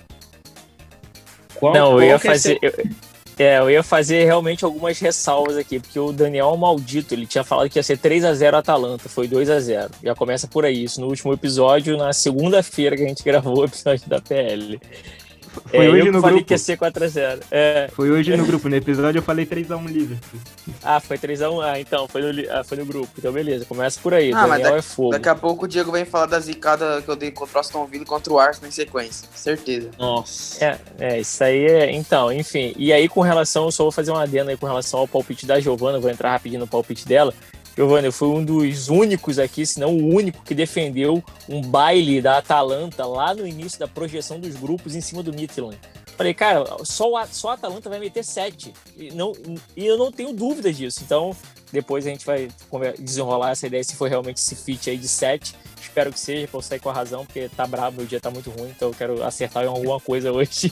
Qual, não, eu ia fazer. É, seu... eu, é, eu ia fazer realmente algumas ressalvas aqui, porque o Daniel é um maldito, ele tinha falado que ia ser três a zero a Atalanta, foi dois a zero. Já começa por aí, isso no último episódio, na segunda-feira que a gente gravou o episódio da P L. Foi é, hoje eu no falei grupo. que ia ser quatro a zero. É. Foi hoje no grupo, no episódio eu falei três a um Liverpool. Ah, foi três a um, ah, então, foi no, ah, foi no grupo. Então, beleza, começa por aí. Ah, Daniel mas daqui, é fogo. Daqui a pouco o Diego vem falar da zicada que eu dei contra o Aston Villa e contra o Arsenal em sequência. Certeza. Nossa. É, é, isso aí é... Então, enfim. E aí, com relação, eu só vou fazer uma adenda aí com relação ao palpite da Giovana, vou entrar rapidinho no palpite dela. Giovana, eu fui um dos únicos aqui, se não o único, que defendeu um baile da Atalanta lá no início da projeção dos grupos em cima do Midtjylland. Falei, cara, só a, só a Atalanta vai meter sete. E, não, e eu não tenho dúvidas disso. Então, depois a gente vai desenrolar essa ideia se for realmente esse fit aí de sete. Espero que seja, pra eu sair com a razão, porque tá brabo, meu dia tá muito ruim, então eu quero acertar em alguma coisa hoje.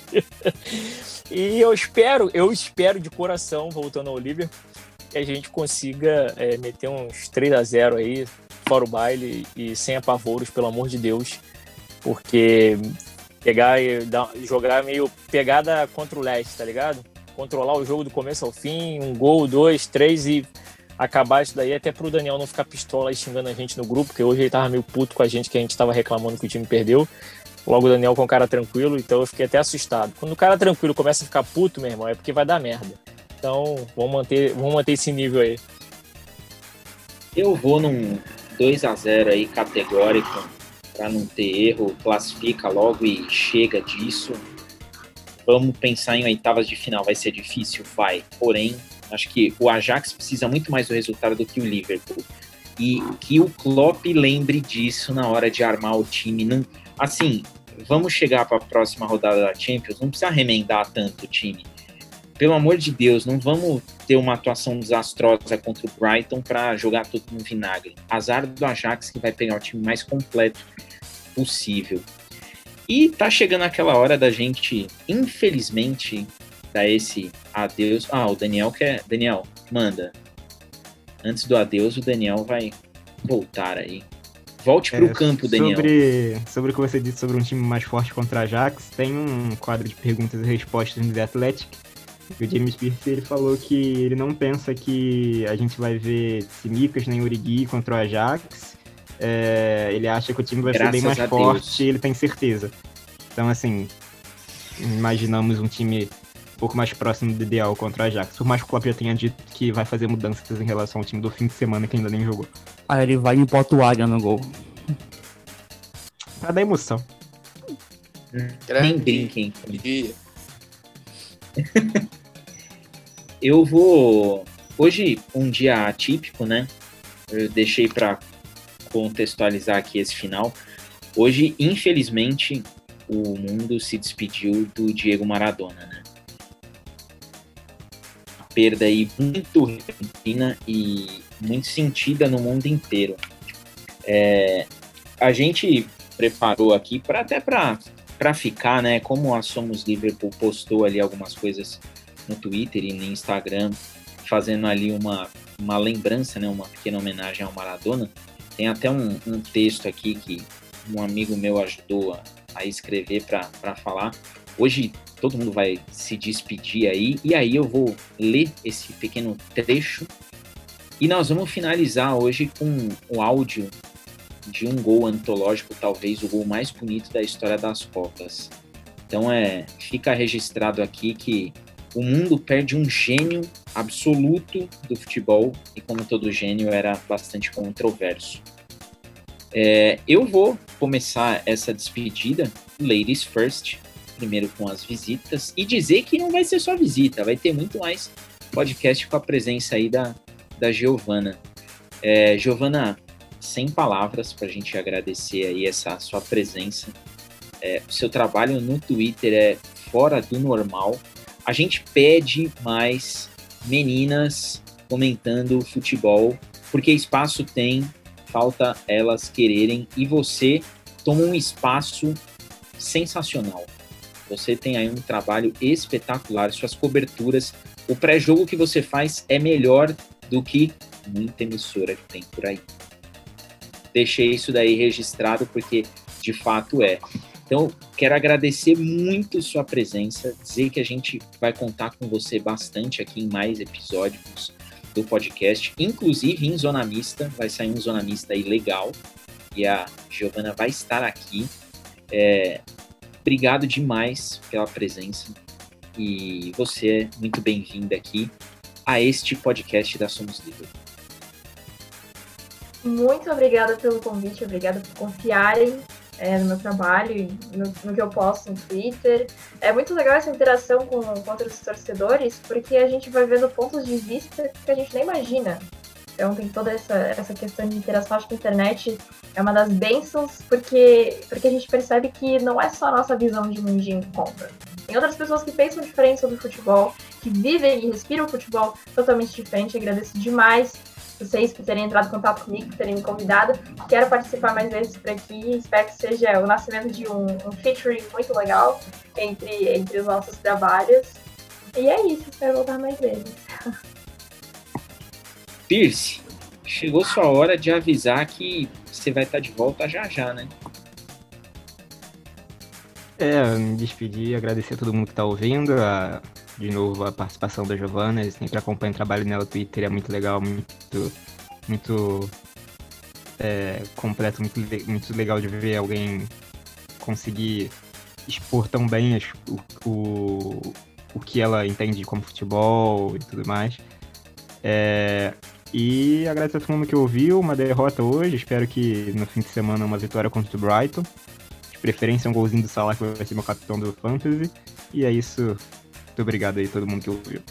E eu espero, eu espero de coração, voltando ao Liverpool, que a gente consiga é, meter uns três a zero aí, fora o baile e sem apavoros, pelo amor de Deus. Porque... pegar e dar, jogar meio pegada contra o Leicester, tá ligado? Controlar o jogo do começo ao fim, um gol, dois, três e acabar isso daí, até pro Daniel não ficar pistola e xingando a gente no grupo, porque hoje ele tava meio puto com a gente, que a gente tava reclamando que o time perdeu. Logo o Daniel com o cara tranquilo, então eu fiquei até assustado. Quando o cara tranquilo começa a ficar puto, meu irmão, é porque vai dar merda. Então, vamos manter, vamos manter esse nível aí. Eu vou num dois a zero aí, categórico, para não ter erro, classifica logo e chega disso. Vamos pensar em oitavas de final, vai ser difícil? Vai. Porém, acho que o Ajax precisa muito mais do resultado do que o Liverpool. E que o Klopp lembre disso na hora de armar o time. Não, assim, vamos chegar para a próxima rodada da Champions, não precisa remendar tanto o time. Pelo amor de Deus, não vamos ter uma atuação desastrosa contra o Brighton para jogar tudo no vinagre. Azar do Ajax, que vai pegar o time mais completo possível. E tá chegando aquela hora da gente, infelizmente, dar esse adeus. Ah, o Daniel quer... Daniel, manda. Antes do adeus, o Daniel vai voltar aí. Volte pro é, campo, Daniel. Sobre, sobre o que você disse sobre um time mais forte contra o Ajax, tem um quadro de perguntas e respostas no The Athletic. O James Pierce, ele falou que ele não pensa que a gente vai ver Tsimikas nem Origi contra o Ajax. é, ele acha que o time vai Graças ser bem mais a forte Deus. e ele tem certeza. Então, assim, imaginamos um time um pouco mais próximo do ideal contra o Ajax. Por mais que o Klopp já tenha dito que vai fazer mudanças em relação ao time do fim de semana que ainda nem jogou. Aí ele vai em Portuália no gol. Pra dar emoção. Nem brinquem. Dia. Eu vou... Hoje, um dia atípico, né? Eu deixei para contextualizar aqui esse final. Hoje, infelizmente, o mundo se despediu do Diego Maradona, né? Perda aí muito repentina e muito sentida no mundo inteiro. É, a gente preparou aqui para até para para ficar, né? Como a Somos Liverpool postou ali algumas coisas no Twitter e no Instagram, fazendo ali uma, uma lembrança, né? Uma pequena homenagem ao Maradona. Tem até um, um texto aqui que um amigo meu ajudou a, a escrever para falar. Hoje todo mundo vai se despedir aí, e aí eu vou ler esse pequeno trecho, e nós vamos finalizar hoje com o áudio de um gol antológico, talvez o gol mais bonito da história das Copas. Então é, fica registrado aqui que o mundo perde um gênio absoluto do futebol, e como todo gênio era bastante controverso. É, eu vou começar essa despedida, ladies first, primeiro com as visitas, e dizer que não vai ser só visita, vai ter muito mais podcast com a presença aí da, da Giovana. É, Giovana, sem palavras para a gente agradecer aí essa sua presença. É, o seu trabalho no Twitter é fora do normal. A gente pede mais meninas comentando futebol, porque espaço tem, falta elas quererem, e você toma um espaço sensacional. Você tem aí um trabalho espetacular, suas coberturas, o pré-jogo que você faz é melhor do que muita emissora que tem por aí. Deixei isso daí registrado porque de fato é. Então, quero agradecer muito sua presença, dizer que a gente vai contar com você bastante aqui em mais episódios do podcast, inclusive em Zona Mista, vai sair um Zona Mista aí legal, e a Giovana vai estar aqui. É, obrigado demais pela presença, e você é muito bem-vinda aqui a este podcast da Somos Liverpool. Muito obrigada pelo convite, obrigada por confiarem é, no meu trabalho e no, no que eu posto no Twitter. É muito legal essa interação com, com outros torcedores, porque a gente vai vendo pontos de vista que a gente nem imagina. Então tem toda essa, essa questão de interação. Acho que a internet é uma das bênçãos, porque, porque a gente percebe que não é só a nossa visão de mundinho que conta. Tem outras pessoas que pensam diferente sobre o futebol, que vivem e respiram o futebol totalmente diferente. Agradeço demais vocês por terem entrado em contato comigo, por terem me convidado. Quero participar mais vezes por aqui. Espero que seja o nascimento de um, um featuring muito legal entre, entre os nossos trabalhos. E é isso, espero voltar mais vezes. Pierce, chegou sua hora de avisar que você vai estar de volta já já, né? É, me despedir, agradecer a todo mundo que tá ouvindo, a, de novo a participação da Giovana, eu sempre acompanho o trabalho nela no Twitter, é muito legal, muito, muito é, completo, muito, muito legal de ver alguém conseguir expor tão bem as, o, o, o que ela entende como futebol e tudo mais. É, e agradecer a todo mundo que ouviu, uma derrota hoje, espero que no fim de semana uma vitória contra o Brighton. Preferência um golzinho do Salah, que vai ser meu capitão do Fantasy. E é isso. Muito obrigado aí a todo mundo que ouviu.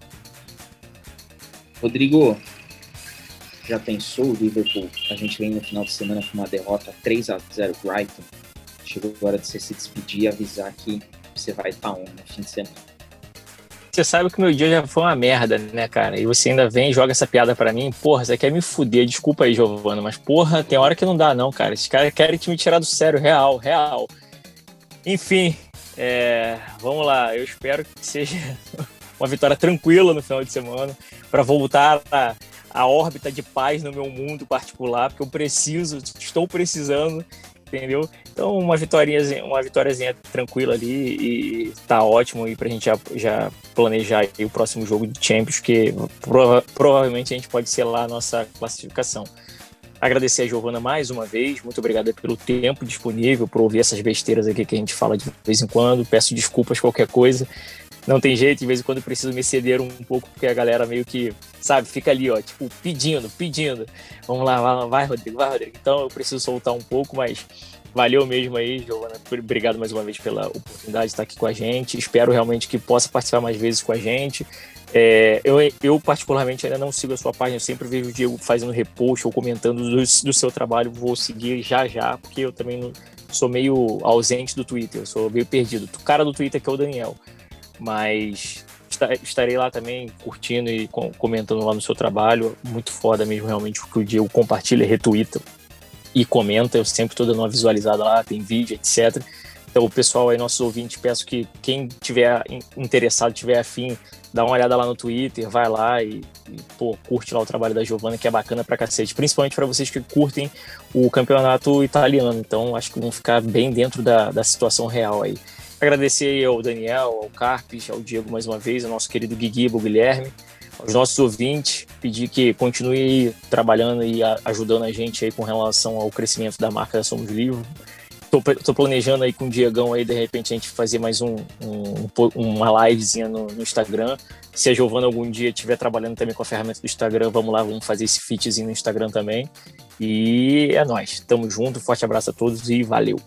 Rodrigo, já pensou o Liverpool? A gente vem no final de semana com uma derrota três a zero Brighton. Chegou a hora de você se despedir e avisar que você vai estar on no fim de semana. Você sabe que meu dia já foi uma merda, né, cara? E você ainda vem e joga essa piada pra mim. Porra, você quer me fuder. Desculpa aí, Giovana, mas porra, tem hora que não dá não, cara. Esses caras querem te me tirar do sério, real, real. Enfim, é, vamos lá. Eu espero que seja uma vitória tranquila no final de semana pra voltar a, a órbita de paz no meu mundo particular, porque eu preciso, estou precisando, entendeu? Então, uma vitóriazinha, uma vitóriazinha tranquila ali e tá ótimo aí pra gente já, já planejar aí o próximo jogo de Champions, que prova, provavelmente a gente pode selar a nossa classificação. Agradecer a Giovana mais uma vez, muito obrigado pelo tempo disponível, por ouvir essas besteiras aqui que a gente fala de vez em quando. Peço desculpas qualquer coisa, não tem jeito, de vez em quando eu preciso me ceder um pouco, porque a galera meio que, sabe, fica ali, ó, tipo, pedindo, pedindo. Vamos lá, vai, vai Rodrigo, vai, Rodrigo. Então eu preciso soltar um pouco, mas valeu mesmo aí, Giovana. Obrigado mais uma vez pela oportunidade de estar aqui com a gente. Espero realmente que possa participar mais vezes com a gente. É, eu, eu, particularmente, ainda não sigo a sua página. Eu sempre vejo o Diego fazendo repost ou comentando do, do seu trabalho. Vou seguir já já, porque eu também não, sou meio ausente do Twitter. Eu sou meio perdido. O cara do Twitter que é o Daniel. Mas estarei lá também curtindo e comentando lá no seu trabalho. Muito foda mesmo, realmente, o que o Diego compartilha, retweeta e comenta. Eu sempre estou dando uma visualizada lá, tem vídeo, etcétera. Então, o pessoal aí, nossos ouvintes, peço que quem tiver interessado, tiver afim, dá uma olhada lá no Twitter, vai lá e, e pô, curte lá o trabalho da Giovana, que é bacana pra cacete. Principalmente para vocês que curtem o campeonato italiano. Então, acho que vão ficar bem dentro da, da situação real aí. Agradecer ao Daniel, ao Carpes, ao Diego mais uma vez, ao nosso querido Guiguiba, o Guilherme, aos nossos ouvintes, pedir que continue trabalhando e a, ajudando a gente aí com relação ao crescimento da marca Somos Livre. Tô, tô planejando aí com o Diegão aí, de repente, a gente fazer mais um, um, uma livezinha no, no Instagram. Se a Giovana algum dia estiver trabalhando também com a ferramenta do Instagram, vamos lá, vamos fazer esse fitzinho no Instagram também. E é nóis, tamo junto, forte abraço a todos e valeu.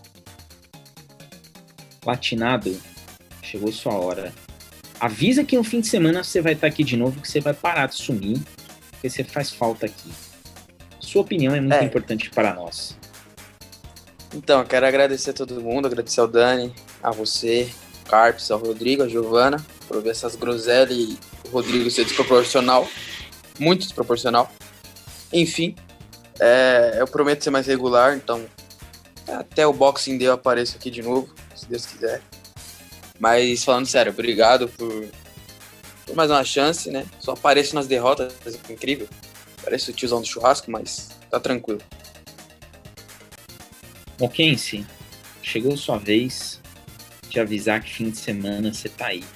Platinado, chegou sua hora. Avisa que no fim de semana você vai estar aqui de novo, que você vai parar de sumir, porque você faz falta aqui. Sua opinião é muito é. importante para nós. Então, eu quero agradecer a todo mundo, agradecer ao Dani, a você, ao Carpes, ao Rodrigo, a Giovana, por ouvir essas groselhas e o Rodrigo ser desproporcional, muito desproporcional. Enfim, é, eu prometo ser mais regular, então até o Boxing Day eu apareço aqui de novo, se Deus quiser. Mas falando sério, obrigado por, por mais uma chance, né? Só apareço nas derrotas, é incrível. Parece o tiozão do churrasco, mas tá tranquilo. Moquense, chegou sua vez de avisar que fim de semana você tá aí.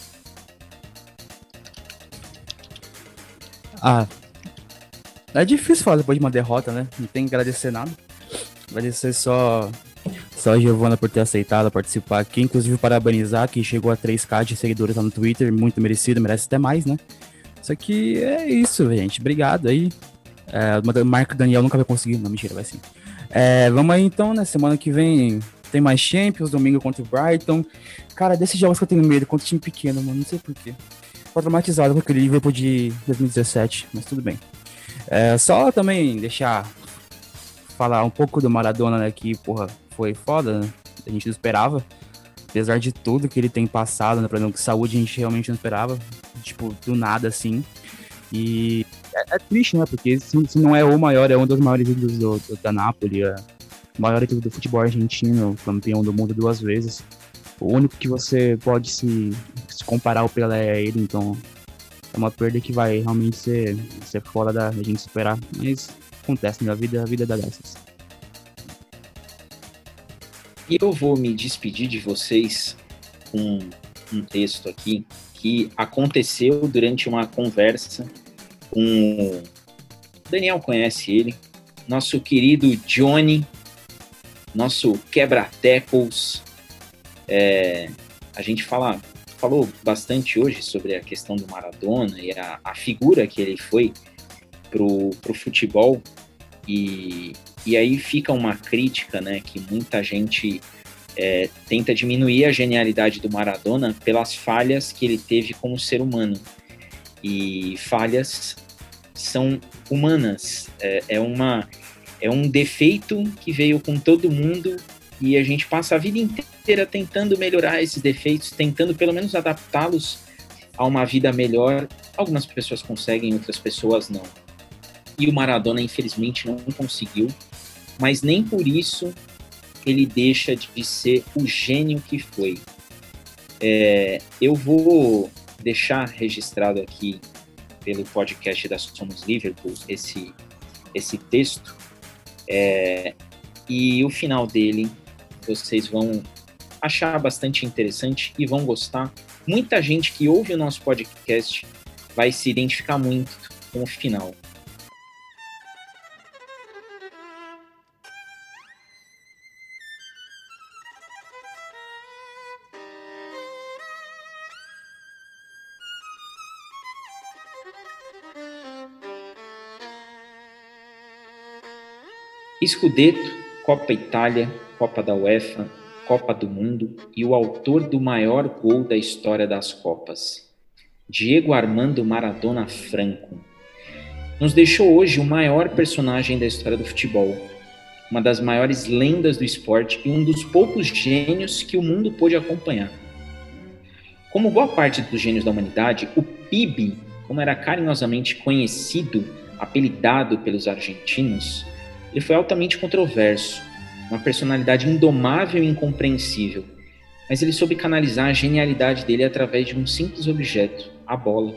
Ah, é difícil falar depois de uma derrota, né? Não tem que agradecer nada. Agradecer só, só a Giovana por ter aceitado participar aqui. Inclusive parabenizar que chegou a três mil de seguidores lá no Twitter. Muito merecido, merece até mais, né? Isso aqui é isso, gente. Obrigado aí. É, o Marco Daniel nunca vai conseguir. Não, mentira, vai sim. É, vamos aí então, né? Semana que vem tem mais Champions, domingo contra o Brighton. Cara, desses jogos que eu tenho medo contra time pequeno, mano, não sei porquê. Tô traumatizado com aquele Liverpool de dois mil e dezessete, mas tudo bem. É, só também deixar falar um pouco do Maradona, né? Que, porra, foi foda, né? A gente não esperava. Apesar de tudo que ele tem passado, né? Por exemplo, que saúde a gente realmente não esperava. Tipo, do nada, assim. E é, é triste, né? Porque se, se não é o maior, é um dos maiores ídolos do, do, da Napoli, é o maior ídolo do futebol argentino, campeão do mundo duas vezes. O único que você pode se, se comparar ao Pelé é ele, então é uma perda que vai realmente ser, ser fora da gente superar. Mas acontece, né? A vida, a vida dá dessas. E eu vou me despedir de vocês com um texto aqui que aconteceu durante uma conversa com o Daniel, conhece ele, nosso querido Johnny, nosso quebra-tackles. É, a gente fala, falou bastante hoje sobre a questão do Maradona e a, a figura que ele foi pro, pro futebol, e, e aí fica uma crítica, né, que muita gente é, tenta diminuir a genialidade do Maradona pelas falhas que ele teve como ser humano. E falhas são humanas, é, é, uma, é um defeito que veio com todo mundo e a gente passa a vida inteira tentando melhorar esses defeitos, tentando pelo menos adaptá-los a uma vida melhor. Algumas pessoas conseguem, outras pessoas não. E o Maradona, infelizmente, não conseguiu, mas nem por isso ele deixa de ser o gênio que foi. É, eu vou deixar registrado aqui pelo podcast da Somos Liverpool esse, esse texto, é, e o final dele vocês vão achar bastante interessante e vão gostar. Muita gente que ouve o nosso podcast vai se identificar muito com o final. Scudetto, Copa Itália, Copa da UEFA, Copa do Mundo e o autor do maior gol da história das Copas, Diego Armando Maradona Franco, nos deixou hoje o maior personagem da história do futebol, uma das maiores lendas do esporte e um dos poucos gênios que o mundo pôde acompanhar. Como boa parte dos gênios da humanidade, o P I B, como era carinhosamente conhecido, apelidado pelos argentinos, ele foi altamente controverso, uma personalidade indomável e incompreensível, mas ele soube canalizar a genialidade dele através de um simples objeto, a bola.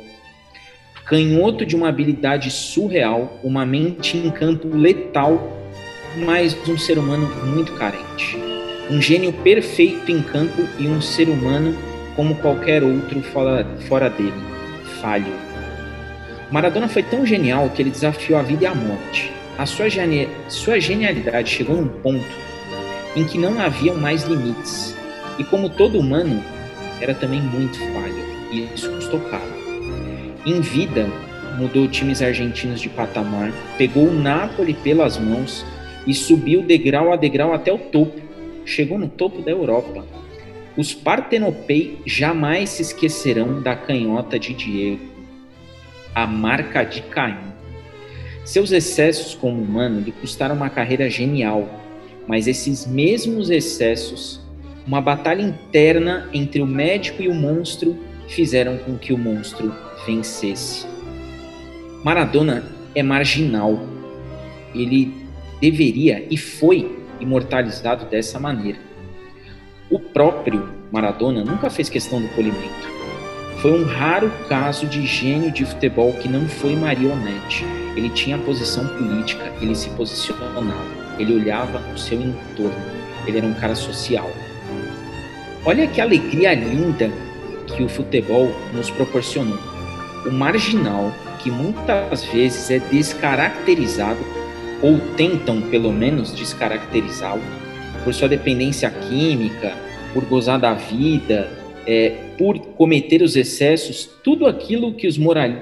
Canhoto de uma habilidade surreal, uma mente em campo letal, mas um ser humano muito carente. Um gênio perfeito em campo e um ser humano como qualquer outro fora, fora dele, falho. Maradona foi tão genial que ele desafiou a vida e a morte. A sua, geni- sua genialidade chegou num ponto em que não haviam mais limites. E como todo humano, era também muito falho. E isso custou caro. Em vida, mudou times argentinos de patamar, pegou o Napoli pelas mãos e subiu degrau a degrau até o topo. Chegou no topo da Europa. Os partenopei jamais se esquecerão da canhota de Diego, a marca de Caim. Seus excessos como humano lhe custaram uma carreira genial, mas esses mesmos excessos, uma batalha interna entre o médico e o monstro, fizeram com que o monstro vencesse. Maradona é marginal. Ele deveria e foi imortalizado dessa maneira. O próprio Maradona nunca fez questão do polimento. Foi um raro caso de gênio de futebol que não foi marionete. Ele tinha posição política, ele se posicionava, ele olhava o seu entorno, ele era um cara social. Olha que alegria linda que o futebol nos proporcionou. O marginal, que muitas vezes é descaracterizado, ou tentam pelo menos descaracterizá-lo, por sua dependência química, por gozar da vida, é, por cometer os excessos, tudo aquilo que os moralistas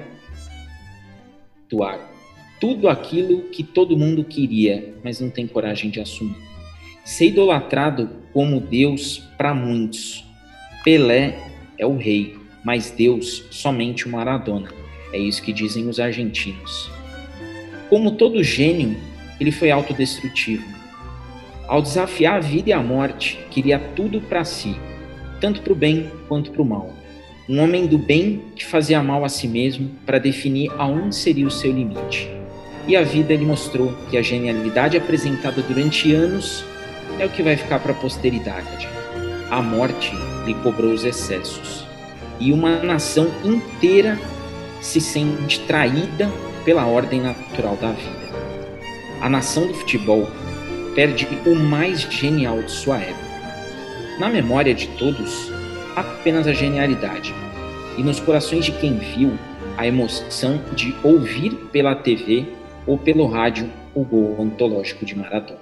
atuaram, tudo aquilo que todo mundo queria, mas não tem coragem de assumir. Ser idolatrado como Deus para muitos. Pelé é o rei, mas Deus somente o Maradona. É isso que dizem os argentinos. Como todo gênio, ele foi autodestrutivo. Ao desafiar a vida e a morte, queria tudo para si, tanto para o bem quanto para o mal. Um homem do bem que fazia mal a si mesmo para definir aonde seria o seu limite. E a vida lhe mostrou que a genialidade apresentada durante anos é o que vai ficar para a posteridade. A morte lhe cobrou os excessos. E uma nação inteira se sente traída pela ordem natural da vida. A nação do futebol perde o mais genial de sua época. Na memória de todos, apenas a genialidade. E nos corações de quem viu, a emoção de ouvir pela T V ou pelo rádio o gol antológico de Maradona.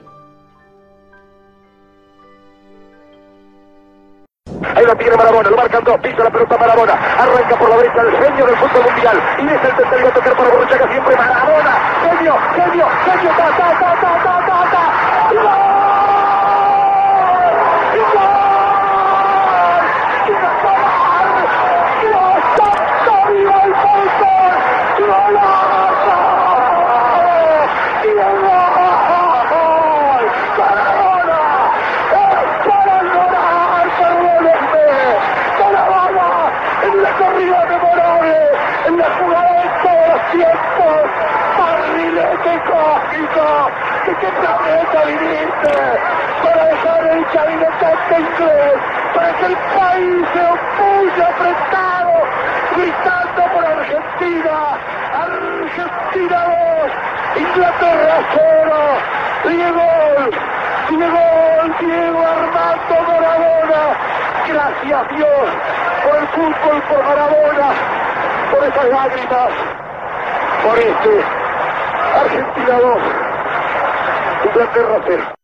Ahí lo tiene Maradona, lo marcan dos, pisa la pelota Maradona, arranca por la derecha el genio del fútbol mundial, y deja el tercero a tocar para Borruchaga, siempre Maradona, genio, genio, genio, ta, ta, ta, ta, ta, ta, ta, ¡gol! ¡Gol! ¡Qué gol! ¡Dios santo, viva el fútbol! ¡Golazo! ¡Qué gol! ¡Maradona! ¡Es para llorar, perdónenme! ¡Maradona! En la corrida memorable, en la jugada de todos los tiempos, barrilete cósmico, ¿de qué planeta viniste? Para dejar el chavinetante inglés, para que el país se opulle apretado, gritando por Argentina, Argentina dos, Inglaterra cero, Diego, Diego, Diego Armando Maradona, gracias Dios por el fútbol, por Maradona, por esas lágrimas, por este Argentina dos, Inglaterra cero.